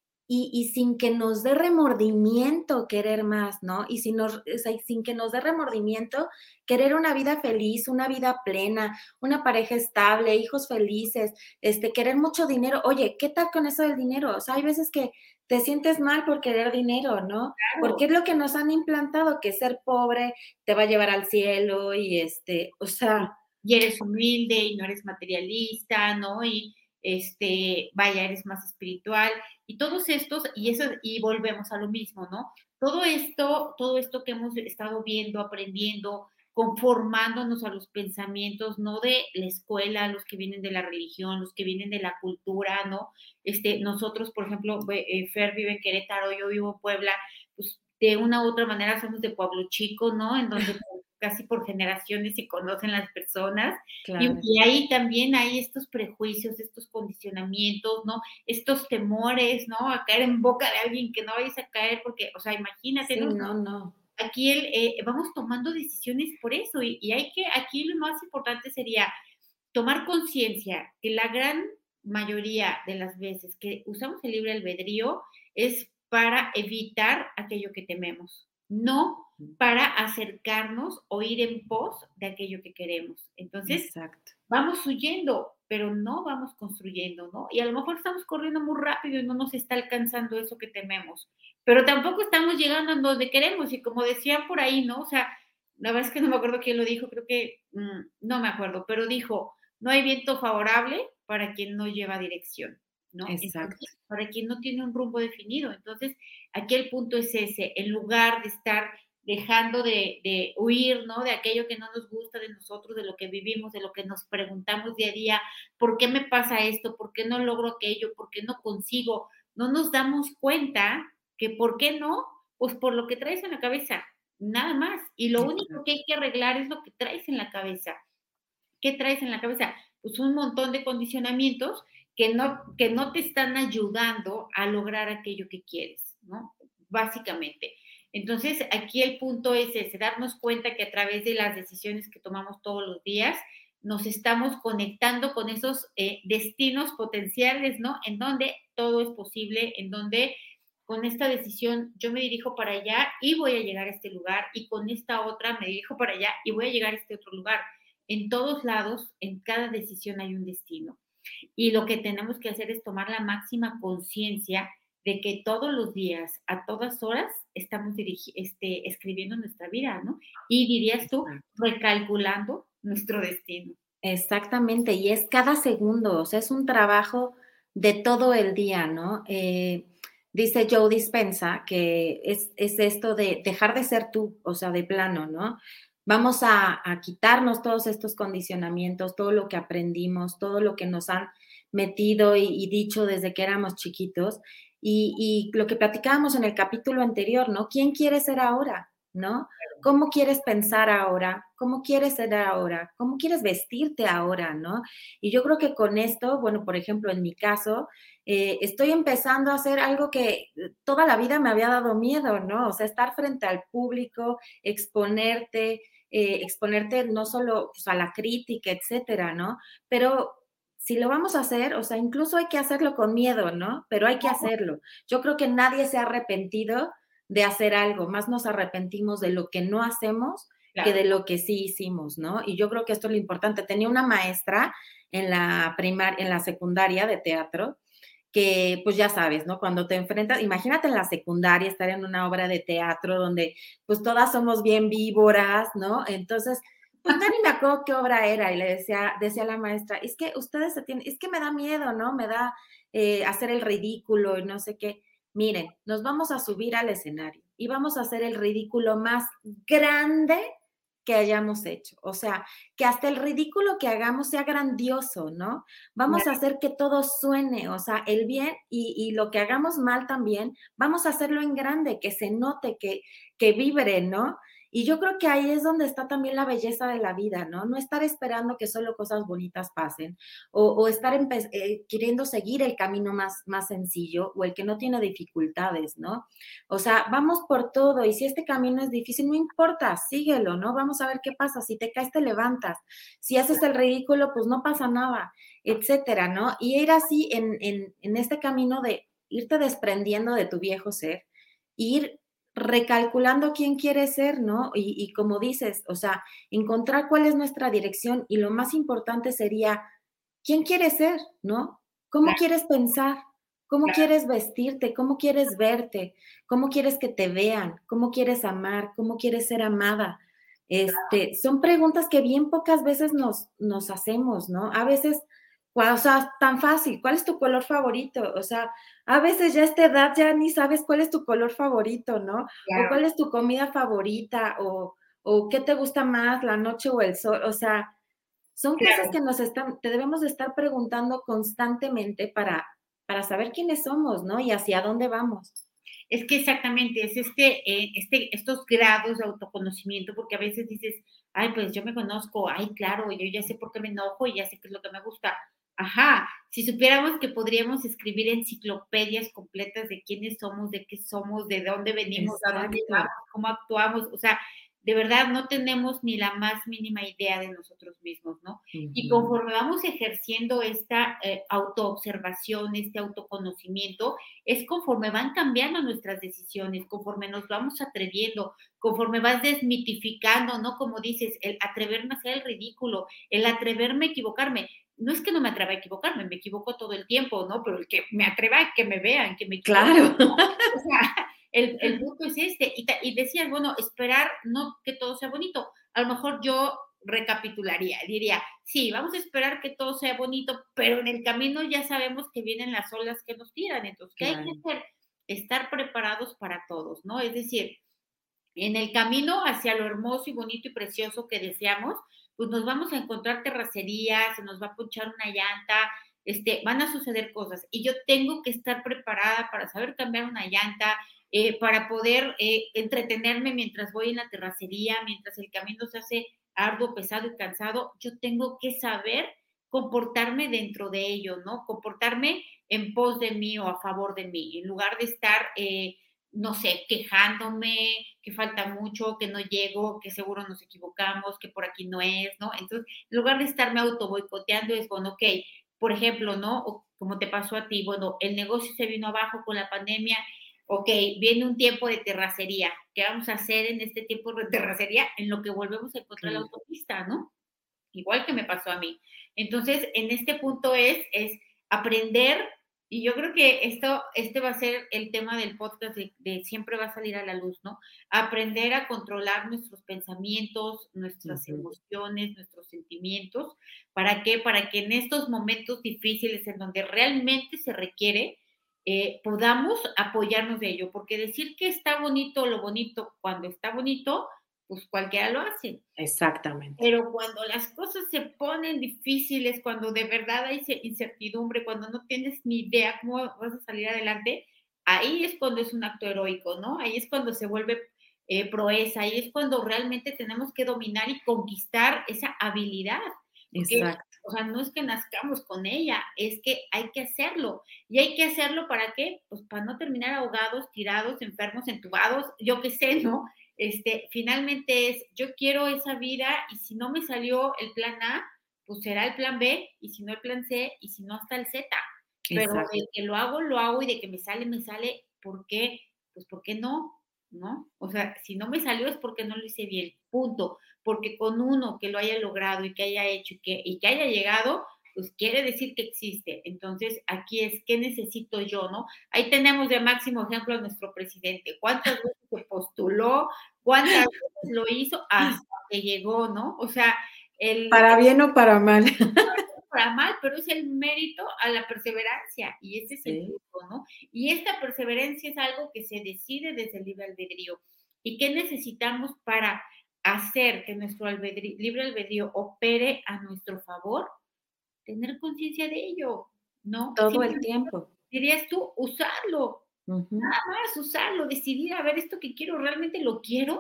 y sin que nos dé remordimiento querer más, ¿no? Y sin, nos, o sea, sin que nos dé remordimiento querer una vida feliz, una vida plena, una pareja estable, hijos felices, querer mucho dinero. Oye, ¿qué tal con eso del dinero? O sea, hay veces que te sientes mal por querer dinero, ¿no? Porque Claro. es lo que nos han implantado, que ser pobre te va a llevar al cielo y o Y sea, y eres humilde y no eres materialista, ¿no? Y, vaya, eres más espiritual. Y todos estos, y eso, y volvemos a lo mismo, ¿no? Todo esto que hemos estado viendo, aprendiendo, conformándonos a los pensamientos, no de la escuela, los que vienen de la religión, los que vienen de la cultura, ¿no? Nosotros, por ejemplo, Fer vive en Querétaro, yo vivo en Puebla, pues de una u otra manera somos de pueblo chico, ¿no? En donde casi por generaciones se conocen las personas, claro. y ahí también hay estos prejuicios, estos condicionamientos, ¿no? Estos temores, ¿no? A caer en boca de alguien que no vayas a caer, porque, o sea, imagínate, Sí, ¿no? no, no. Aquí vamos tomando decisiones por eso, y hay que, aquí lo más importante sería tomar conciencia que la gran mayoría de las veces que usamos el libre albedrío es para evitar aquello que tememos, no para acercarnos o ir en pos de aquello que queremos. Entonces, Exacto. vamos huyendo, pero no vamos construyendo, ¿no? Y a lo mejor estamos corriendo muy rápido y no nos está alcanzando eso que tememos, pero tampoco estamos llegando a donde queremos. Y como decían por ahí, ¿no? O sea, la verdad es que no me acuerdo quién lo dijo, creo que, no me acuerdo, pero dijo, no hay viento favorable para quien no lleva dirección, ¿no? Exacto. Entonces, para quien no tiene un rumbo definido. Entonces, aquí el punto es ese, en lugar de estar dejando de huir, ¿no? De aquello que no nos gusta de nosotros, de lo que vivimos, de lo que nos preguntamos día a día, ¿por qué me pasa esto? ¿Por qué no logro aquello? ¿Por qué no consigo? No nos damos cuenta que, ¿por qué no? Pues por lo que traes en la cabeza, nada más. Y lo único que Exacto. hay que arreglar es lo que traes en la cabeza. ¿Qué traes en la cabeza? Pues un montón de condicionamientos que no te están ayudando a lograr aquello que quieres, ¿no? Básicamente. Entonces, aquí el punto es ese, darnos cuenta que a través de las decisiones que tomamos todos los días, nos estamos conectando con esos destinos potenciales, ¿no? En donde todo es posible, en donde con esta decisión yo me dirijo para allá y voy a llegar a este lugar, y con esta otra me dirijo para allá y voy a llegar a este otro lugar. En todos lados, en cada decisión hay un destino. Y lo que tenemos que hacer es tomar la máxima conciencia de que todos los días, a todas horas, estamos escribiendo nuestra vida, ¿no? Y dirías tú, Exacto. recalculando nuestro destino. Exactamente, y es cada segundo, o sea, es un trabajo de todo el día, ¿no? Dice Joe Dispenza que es esto de dejar de ser tú, o sea, de plano, ¿no? Vamos a quitarnos todos estos condicionamientos, todo lo que aprendimos, todo lo que nos han metido y dicho desde que éramos chiquitos, y lo que platicábamos en el capítulo anterior, ¿no? ¿Quién quiere ser ahora? ¿No? ¿Cómo quieres pensar ahora? ¿Cómo quieres ser ahora? ¿Cómo quieres vestirte ahora? ¿No? Y yo creo que con esto, bueno, por ejemplo, en mi caso, estoy empezando a hacer algo que toda la vida me había dado miedo, ¿no? O sea, estar frente al público, exponerte no solo pues, a la crítica, etcétera, ¿no? Pero si lo vamos a hacer, o sea, incluso hay que hacerlo con miedo, ¿no? Pero hay que hacerlo. Yo creo que nadie se ha arrepentido de hacer algo, más nos arrepentimos de lo que no hacemos que Claro. de lo que sí hicimos, ¿no? Y yo creo que esto es lo importante. Tenía una maestra en en la secundaria de teatro, que pues ya sabes, ¿no? Cuando te enfrentas, imagínate en la secundaria estar en una obra de teatro donde pues todas somos bien víboras, ¿no? Entonces, pues ya ni me acuerdo qué obra era y decía la maestra, es que ustedes se tienen, es que me da miedo, ¿no? Me da hacer el ridículo y no sé qué. Miren, nos vamos a subir al escenario y vamos a hacer el ridículo más grande que hayamos hecho. O sea, que hasta el ridículo que hagamos sea grandioso, ¿no? Vamos a hacer que todo suene, o sea, el bien y lo que hagamos mal también, vamos a hacerlo en grande, que se note, que vibre, ¿no? Y yo creo que ahí es donde está también la belleza de la vida, ¿no? No estar esperando que solo cosas bonitas pasen o estar queriendo seguir el camino más sencillo o el que no tiene dificultades, ¿no? O sea, vamos por todo y si este camino es difícil, no importa, síguelo, ¿no? Vamos a ver qué pasa. Si te caes, te levantas. Si haces el ridículo, pues no pasa nada, etcétera, ¿no? Y ir así en este camino de irte desprendiendo de tu viejo ser, ir recalculando quién quieres ser, ¿no? Y como dices, o sea, encontrar cuál es nuestra dirección y lo más importante sería, ¿quién quieres ser, no? ¿Cómo Claro, quieres pensar? ¿Cómo claro, quieres vestirte? ¿Cómo quieres verte? ¿Cómo quieres que te vean? ¿Cómo quieres amar? ¿Cómo quieres ser amada? Son preguntas que bien pocas veces nos hacemos, ¿no? A veces, o sea, tan fácil, ¿cuál es tu color favorito? O sea, a veces ya a esta edad ya ni sabes cuál es tu color favorito, ¿no? O claro. cuál es tu comida favorita, o qué te gusta más, la noche o el sol. O sea, son cosas Claro. que te debemos de estar preguntando constantemente para saber quiénes somos, ¿no? Y hacia dónde vamos. Es que exactamente, es estos grados de autoconocimiento, porque a veces dices, ay, pues yo me conozco, ay, claro, yo ya sé por qué me enojo y ya sé qué es lo que me gusta. Ajá, si supiéramos que podríamos escribir enciclopedias completas de quiénes somos, de qué somos, de dónde venimos, a dónde Exacto. vamos, cómo actuamos, o sea, de verdad no tenemos ni la más mínima idea de nosotros mismos, ¿no? Y Ujú. conforme vamos ejerciendo esta autoobservación, este autoconocimiento, es conforme van cambiando nuestras decisiones, conforme nos vamos atreviendo, conforme vas desmitificando, ¿no? Como dices, el atreverme a hacer el ridículo, el atreverme a equivocarme. No es que no me atreva a equivocarme, me equivoco todo el tiempo, ¿no? Pero el que me atreva a que me vean, que me equivoco. Claro. O sea, el punto es este. Y decías, bueno, esperar no que todo sea bonito. A lo mejor yo recapitularía, diría, sí, vamos a esperar que todo sea bonito, pero en el camino ya sabemos que vienen las olas que nos tiran. Entonces, ¿qué hay que Claro. hacer? Estar preparados para todos, ¿no? Es decir, en el camino hacia lo hermoso y bonito y precioso que deseamos, pues nos vamos a encontrar terracerías, se nos va a ponchar una llanta, van a suceder cosas. Y yo tengo que estar preparada para saber cambiar una llanta, para poder entretenerme mientras voy en la terracería, mientras el camino se hace arduo, pesado y cansado. Yo tengo que saber comportarme dentro de ello, ¿no? Comportarme en pos de mí o a favor de mí, en lugar de estar no sé, quejándome, que falta mucho, que no llego, que seguro nos equivocamos, que por aquí no es, ¿no? Entonces, en lugar de estarme auto boicoteando, es bueno, ok, por ejemplo, ¿no? O como te pasó a ti, bueno, el negocio se vino abajo con la pandemia, ok, viene un tiempo de terracería, ¿qué vamos a hacer en este tiempo de terracería? En lo que volvemos a encontrar la Claro. autopista, ¿no? Igual que me pasó a mí. Entonces, en este punto es aprender, y yo creo que este va a ser el tema del podcast de siempre va a salir a la luz, ¿no? Aprender a controlar nuestros pensamientos, nuestras Ujú. emociones, nuestros sentimientos. ¿Para qué? Para que en estos momentos difíciles en donde realmente se requiere, podamos apoyarnos de ello, porque decir que está bonito lo bonito cuando está bonito, pues cualquiera lo hace. Exactamente. Pero cuando las cosas se ponen difíciles, cuando de verdad hay incertidumbre, cuando no tienes ni idea cómo vas a salir adelante, ahí es cuando es un acto heroico, ¿no? Ahí es cuando se vuelve proeza, ahí es cuando realmente tenemos que dominar y conquistar esa habilidad, porque, Exacto. o sea, no es que nazcamos con ella, es que hay que hacerlo. ¿Y hay que hacerlo para qué? Pues para no terminar ahogados, tirados, enfermos, entubados, yo qué sé, ¿no? Finalmente es, yo quiero esa vida y si no me salió el plan A, pues será el plan B y si no el plan C y si no hasta el Z. Pero Exacto. de que lo hago y de que me sale, ¿por qué? Pues ¿por qué no? ¿No? O sea, si no me salió es porque no lo hice bien, punto. Porque con uno que lo haya logrado y que haya hecho y que haya llegado, pues quiere decir que existe. Entonces, aquí es, ¿qué necesito yo, no? Ahí tenemos de máximo ejemplo a nuestro presidente. ¿Cuántas veces se postuló? ¿Cuántas veces lo hizo hasta que llegó, no? O sea, el Para bien o para mal. para mal, pero es el mérito a la perseverancia y ese es el Sí. punto, ¿no? Y esta perseverancia es algo que se decide desde el libre albedrío. ¿Y qué necesitamos para hacer que nuestro libre albedrío opere a nuestro favor? Tener conciencia de ello, ¿no? Todo el Simplemente tiempo. dirías tú, usarlo, Ujú. nada más usarlo, decidir, a ver, esto que quiero, ¿realmente lo quiero?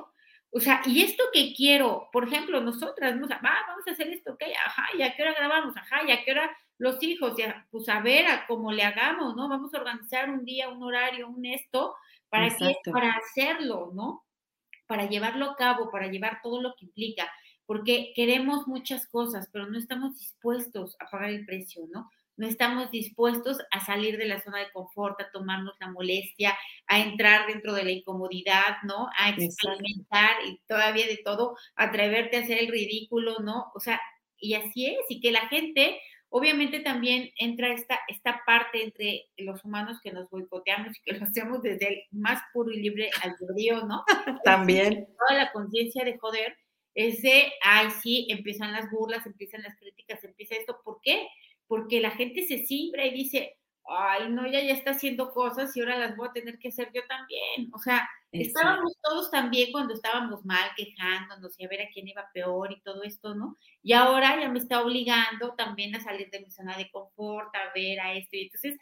O sea, y esto que quiero, por ejemplo, nosotras, ¿no? O sea, vamos a hacer esto, ok, ajá, ¿y a qué hora grabamos? Ajá, ¿y a qué hora los hijos? Ya, pues a ver, a cómo le hagamos, ¿no? Vamos a organizar un día, un horario, un esto, ¿para qué? Exacto. Para hacerlo, ¿no? Para llevarlo a cabo, para llevar todo lo que implica, porque queremos muchas cosas, pero no estamos dispuestos a pagar el precio, ¿no? No estamos dispuestos a salir de la zona de confort, a tomarnos la molestia, a entrar dentro de la incomodidad, ¿no? A Exacto. experimentar y todavía de todo, atreverte a hacer el ridículo, ¿no? O sea, y así es, y que la gente, obviamente también entra esta parte entre los humanos que nos boicoteamos y que lo hacemos desde el más puro y libre albedrío, ¿no? También. Toda la conciencia de joder es de, ay, sí, empiezan las burlas, empiezan las críticas, empieza esto. ¿Por qué? Porque la gente se simbra y dice, ay, no, ella ya está haciendo cosas y ahora las voy a tener que hacer yo también. O sea, Exacto. estábamos todos también cuando estábamos mal, quejándonos y a ver a quién iba peor y todo esto, ¿no? Y ahora ya me está obligando también a salir de mi zona de confort, a ver a esto. Y entonces,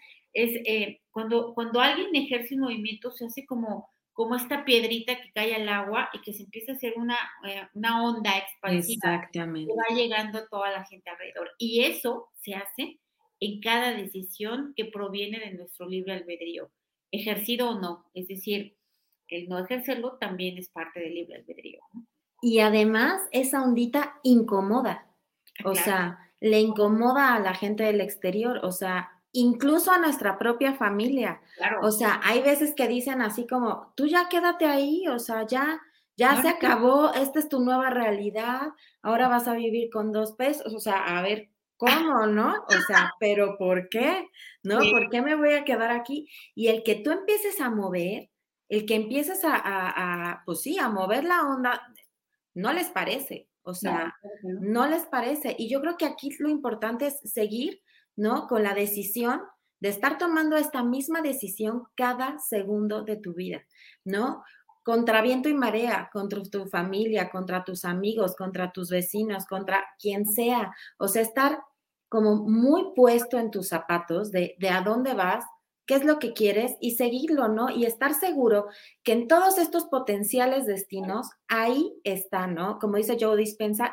cuando alguien ejerce un movimiento, se hace como esta piedrita que cae al agua y que se empieza a hacer una onda expansiva que Exactamente. va llegando a toda la gente alrededor. Y eso se hace en cada decisión que proviene de nuestro libre albedrío, ejercido o no. Es decir, el no ejercerlo también es parte del libre albedrío, ¿no? Y además, esa ondita incomoda, Ah, o claro, sea, le incomoda a la gente del exterior, o sea, incluso a nuestra propia familia. O claro. sea, hay veces que dicen así como, tú ya quédate ahí, o sea, ya No, se no, acabó, esta es tu nueva realidad, ahora vas a vivir con 2 pesos, o sea, a ver, ¿cómo, no? O sea, pero ¿por qué? ¿No? sí, ¿Por qué me voy a quedar aquí? Y el que tú empieces a mover, el que empieces pues sí, a mover la onda, no les parece, o no, sea, claro que no. no les parece. Y yo creo que aquí lo importante es seguir, ¿no? Con la decisión de estar tomando esta misma decisión cada segundo de tu vida, ¿no? Contra viento y marea, contra tu familia, contra tus amigos, contra tus vecinos, contra quien sea. O sea, estar como muy puesto en tus zapatos de a dónde vas, qué es lo que quieres y seguirlo, ¿no? Y estar seguro que en todos estos potenciales destinos, ahí está, ¿no? Como dice Joe Dispenza,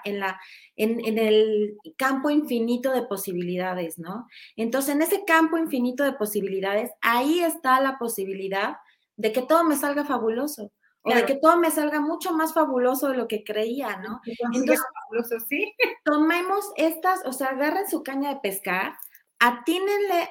en el campo infinito de posibilidades, ¿no? Entonces, en ese campo infinito de posibilidades, ahí está la posibilidad de que todo me salga fabuloso o de Claro, que todo me salga mucho más fabuloso de lo que creía, ¿no? se considera Entonces, fabuloso, sí. tomemos estas, o sea, agarren su caña de pescar, atínenle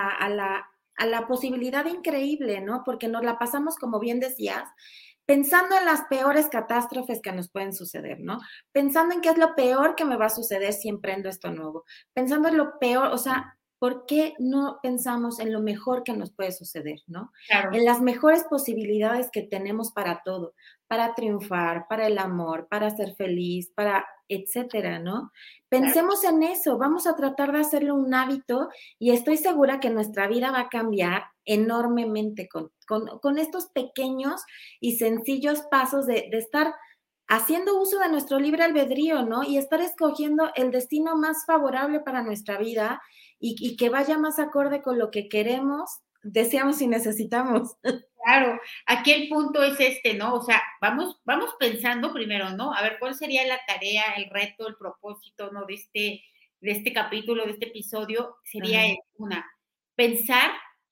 a la posibilidad increíble, ¿no? Porque nos la pasamos, como bien decías, pensando en las peores catástrofes que nos pueden suceder, ¿no? Pensando en qué es lo peor que me va a suceder si emprendo esto nuevo. Pensando en lo peor, o sea, ¿por qué no pensamos en lo mejor que nos puede suceder, ¿no? Claro, En las mejores posibilidades que tenemos para todo, para triunfar, para el amor, para ser feliz, para etcétera, ¿no? claro. Pensemos en eso, vamos a tratar de hacerlo un hábito y estoy segura que nuestra vida va a cambiar enormemente con estos pequeños y sencillos pasos de estar haciendo uso de nuestro libre albedrío, ¿no? Y estar escogiendo el destino más favorable para nuestra vida y que vaya más acorde con lo que queremos, deseamos y necesitamos. Claro, aquí el punto es este, ¿no? O sea, vamos pensando primero, ¿no? A ver, ¿cuál sería la tarea, el reto, el propósito, ¿no? De este capítulo, de este episodio, sería Ajá, una, pensar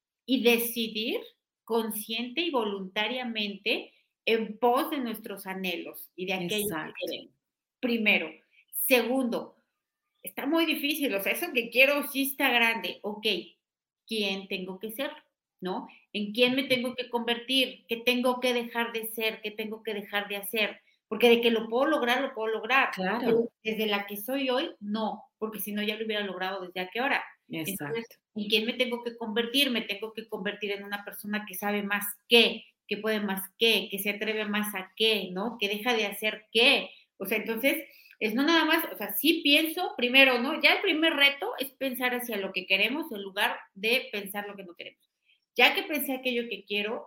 y decidir consciente y voluntariamente en pos de nuestros anhelos y de aquello que exacto, queremos. Primero. Segundo, está muy difícil, o sea, eso que quiero sí está grande. Ok, ¿quién tengo que ser? ¿No? ¿En quién me tengo que convertir? ¿Qué tengo que dejar de ser? ¿Qué tengo que dejar de hacer? Porque de que lo puedo lograr, lo puedo lograr. claro, Pero desde la que soy hoy, no, porque si no ya lo hubiera logrado desde a qué hora. Entonces, exacto, ¿en quién me tengo que convertir? Me tengo que convertir en una persona que sabe más que puede más que se atreve más a qué, ¿no? Que deja de hacer qué. O sea, entonces, es no nada más, o sea, sí pienso primero, ¿no? Ya el primer reto es pensar hacia lo que queremos en lugar de pensar lo que no queremos. Ya que pensé aquello que quiero,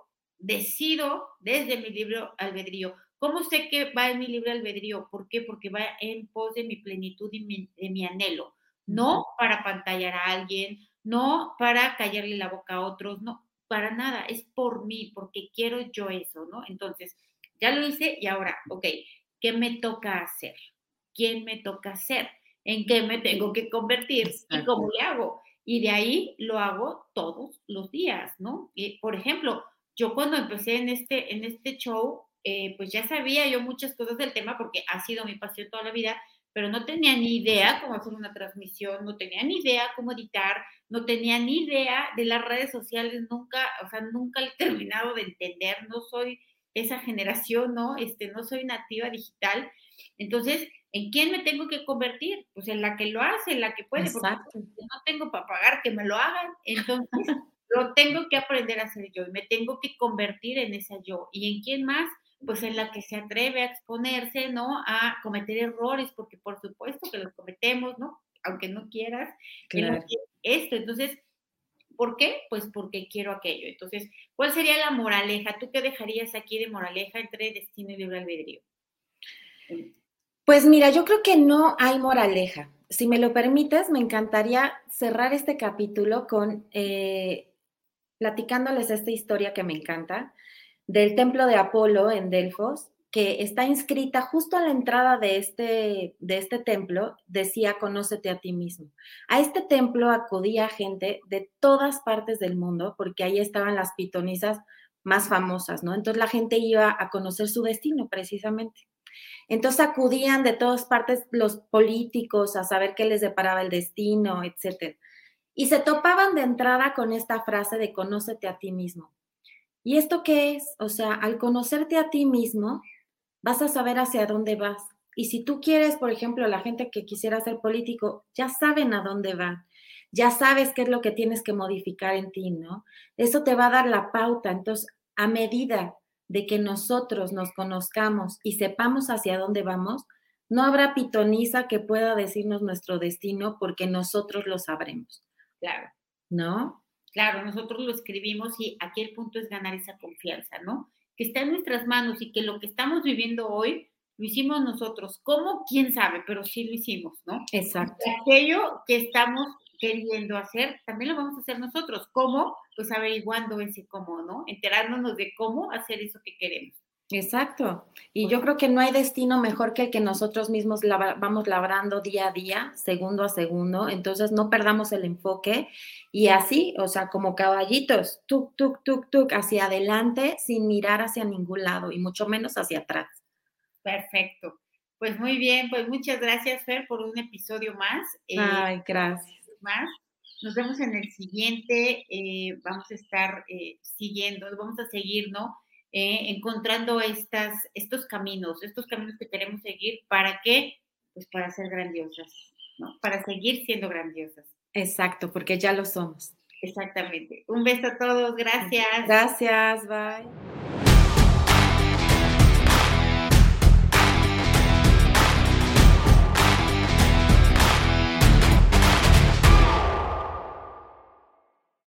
decido desde mi libre albedrío. ¿Cómo sé que va en mi libre albedrío? ¿Por qué? Porque va en pos de mi plenitud y de mi anhelo. ujú, No para pantallar a alguien, no para callarle la boca a otros, no, para nada, es por mí, porque quiero yo eso, ¿no? Entonces, ya lo hice y ahora, ok, ¿qué me toca hacer? ¿Quién me toca ser? ¿En qué me tengo que convertir? ¿Y cómo Exacto. le hago? Y de ahí lo hago todos los días, ¿no? Y, por ejemplo, yo cuando empecé en este show, pues ya sabía yo muchas cosas del tema porque ha sido mi pasión toda la vida, pero no tenía ni idea cómo hacer una transmisión, no tenía ni idea cómo editar, no tenía ni idea de las redes sociales, nunca, o sea, nunca he terminado de entender, no soy esa generación, ¿no? No soy nativa digital. Entonces, ¿en quién me tengo que convertir? Pues en la que lo hace, en la que puede, porque Exacto. no tengo para pagar que me lo hagan. Entonces, lo tengo que aprender a hacer yo y me tengo que convertir en esa yo. ¿Y en quién más? Pues en la que se atreve a exponerse, ¿no? A cometer errores, porque por supuesto que los cometemos, ¿no? Aunque no quieras, en la Claro. que esto. Entonces, ¿por qué? Pues porque quiero aquello. Entonces, ¿cuál sería la moraleja? ¿Tú qué dejarías aquí de moraleja entre destino y libre albedrío? Pues mira, yo creo que no hay moraleja. Si me lo permites, me encantaría cerrar este capítulo con platicándoles esta historia que me encanta del templo de Apolo en Delfos, que está inscrita justo a la entrada de este templo, decía, conócete a ti mismo. A este templo acudía gente de todas partes del mundo, porque ahí estaban las pitonisas más famosas, ¿no? Entonces la gente iba a conocer su destino precisamente. Entonces acudían de todas partes los políticos a saber qué les deparaba el destino, etcétera. Y se topaban de entrada con esta frase de conócete a ti mismo. ¿Y esto qué es? O sea, al conocerte a ti mismo, vas a saber hacia dónde vas. Y si tú quieres, por ejemplo, la gente que quisiera ser político, ya saben a dónde van, ya sabes qué es lo que tienes que modificar en ti, ¿no? Eso te va a dar la pauta. Entonces, a medida de que nosotros nos conozcamos y sepamos hacia dónde vamos, no habrá pitonisa que pueda decirnos nuestro destino porque nosotros lo sabremos, Claro. ¿no? Claro, nosotros lo escribimos y aquí el punto es ganar esa confianza, ¿no? Que está en nuestras manos y que lo que estamos viviendo hoy lo hicimos nosotros. ¿Cómo? ¿Quién sabe? Pero sí lo hicimos, ¿no? Exacto. Aquello que estamos queriendo hacer, también lo vamos a hacer nosotros. ¿Cómo? Pues averiguando ese cómo, ¿no? Enterándonos de cómo hacer eso que queremos. Exacto. Y Pues, yo creo que no hay destino mejor que el que nosotros mismos vamos labrando día a día, segundo a segundo. Entonces no perdamos el enfoque y así, o sea, como caballitos, tuk, tuk, tuk, tuk, hacia adelante sin mirar hacia ningún lado y mucho menos hacia atrás. perfecto. Pues muy bien, pues muchas gracias, Fer, por un episodio más. Ay, gracias. Más. Nos vemos en el siguiente. Vamos a estar siguiendo, vamos a seguir, ¿no? Encontrando estos caminos que queremos seguir. ¿Para qué? Pues para ser grandiosas, ¿no? Para seguir siendo grandiosas. Exacto, porque ya lo somos. Exactamente. Un beso a todos. Gracias. Gracias, bye.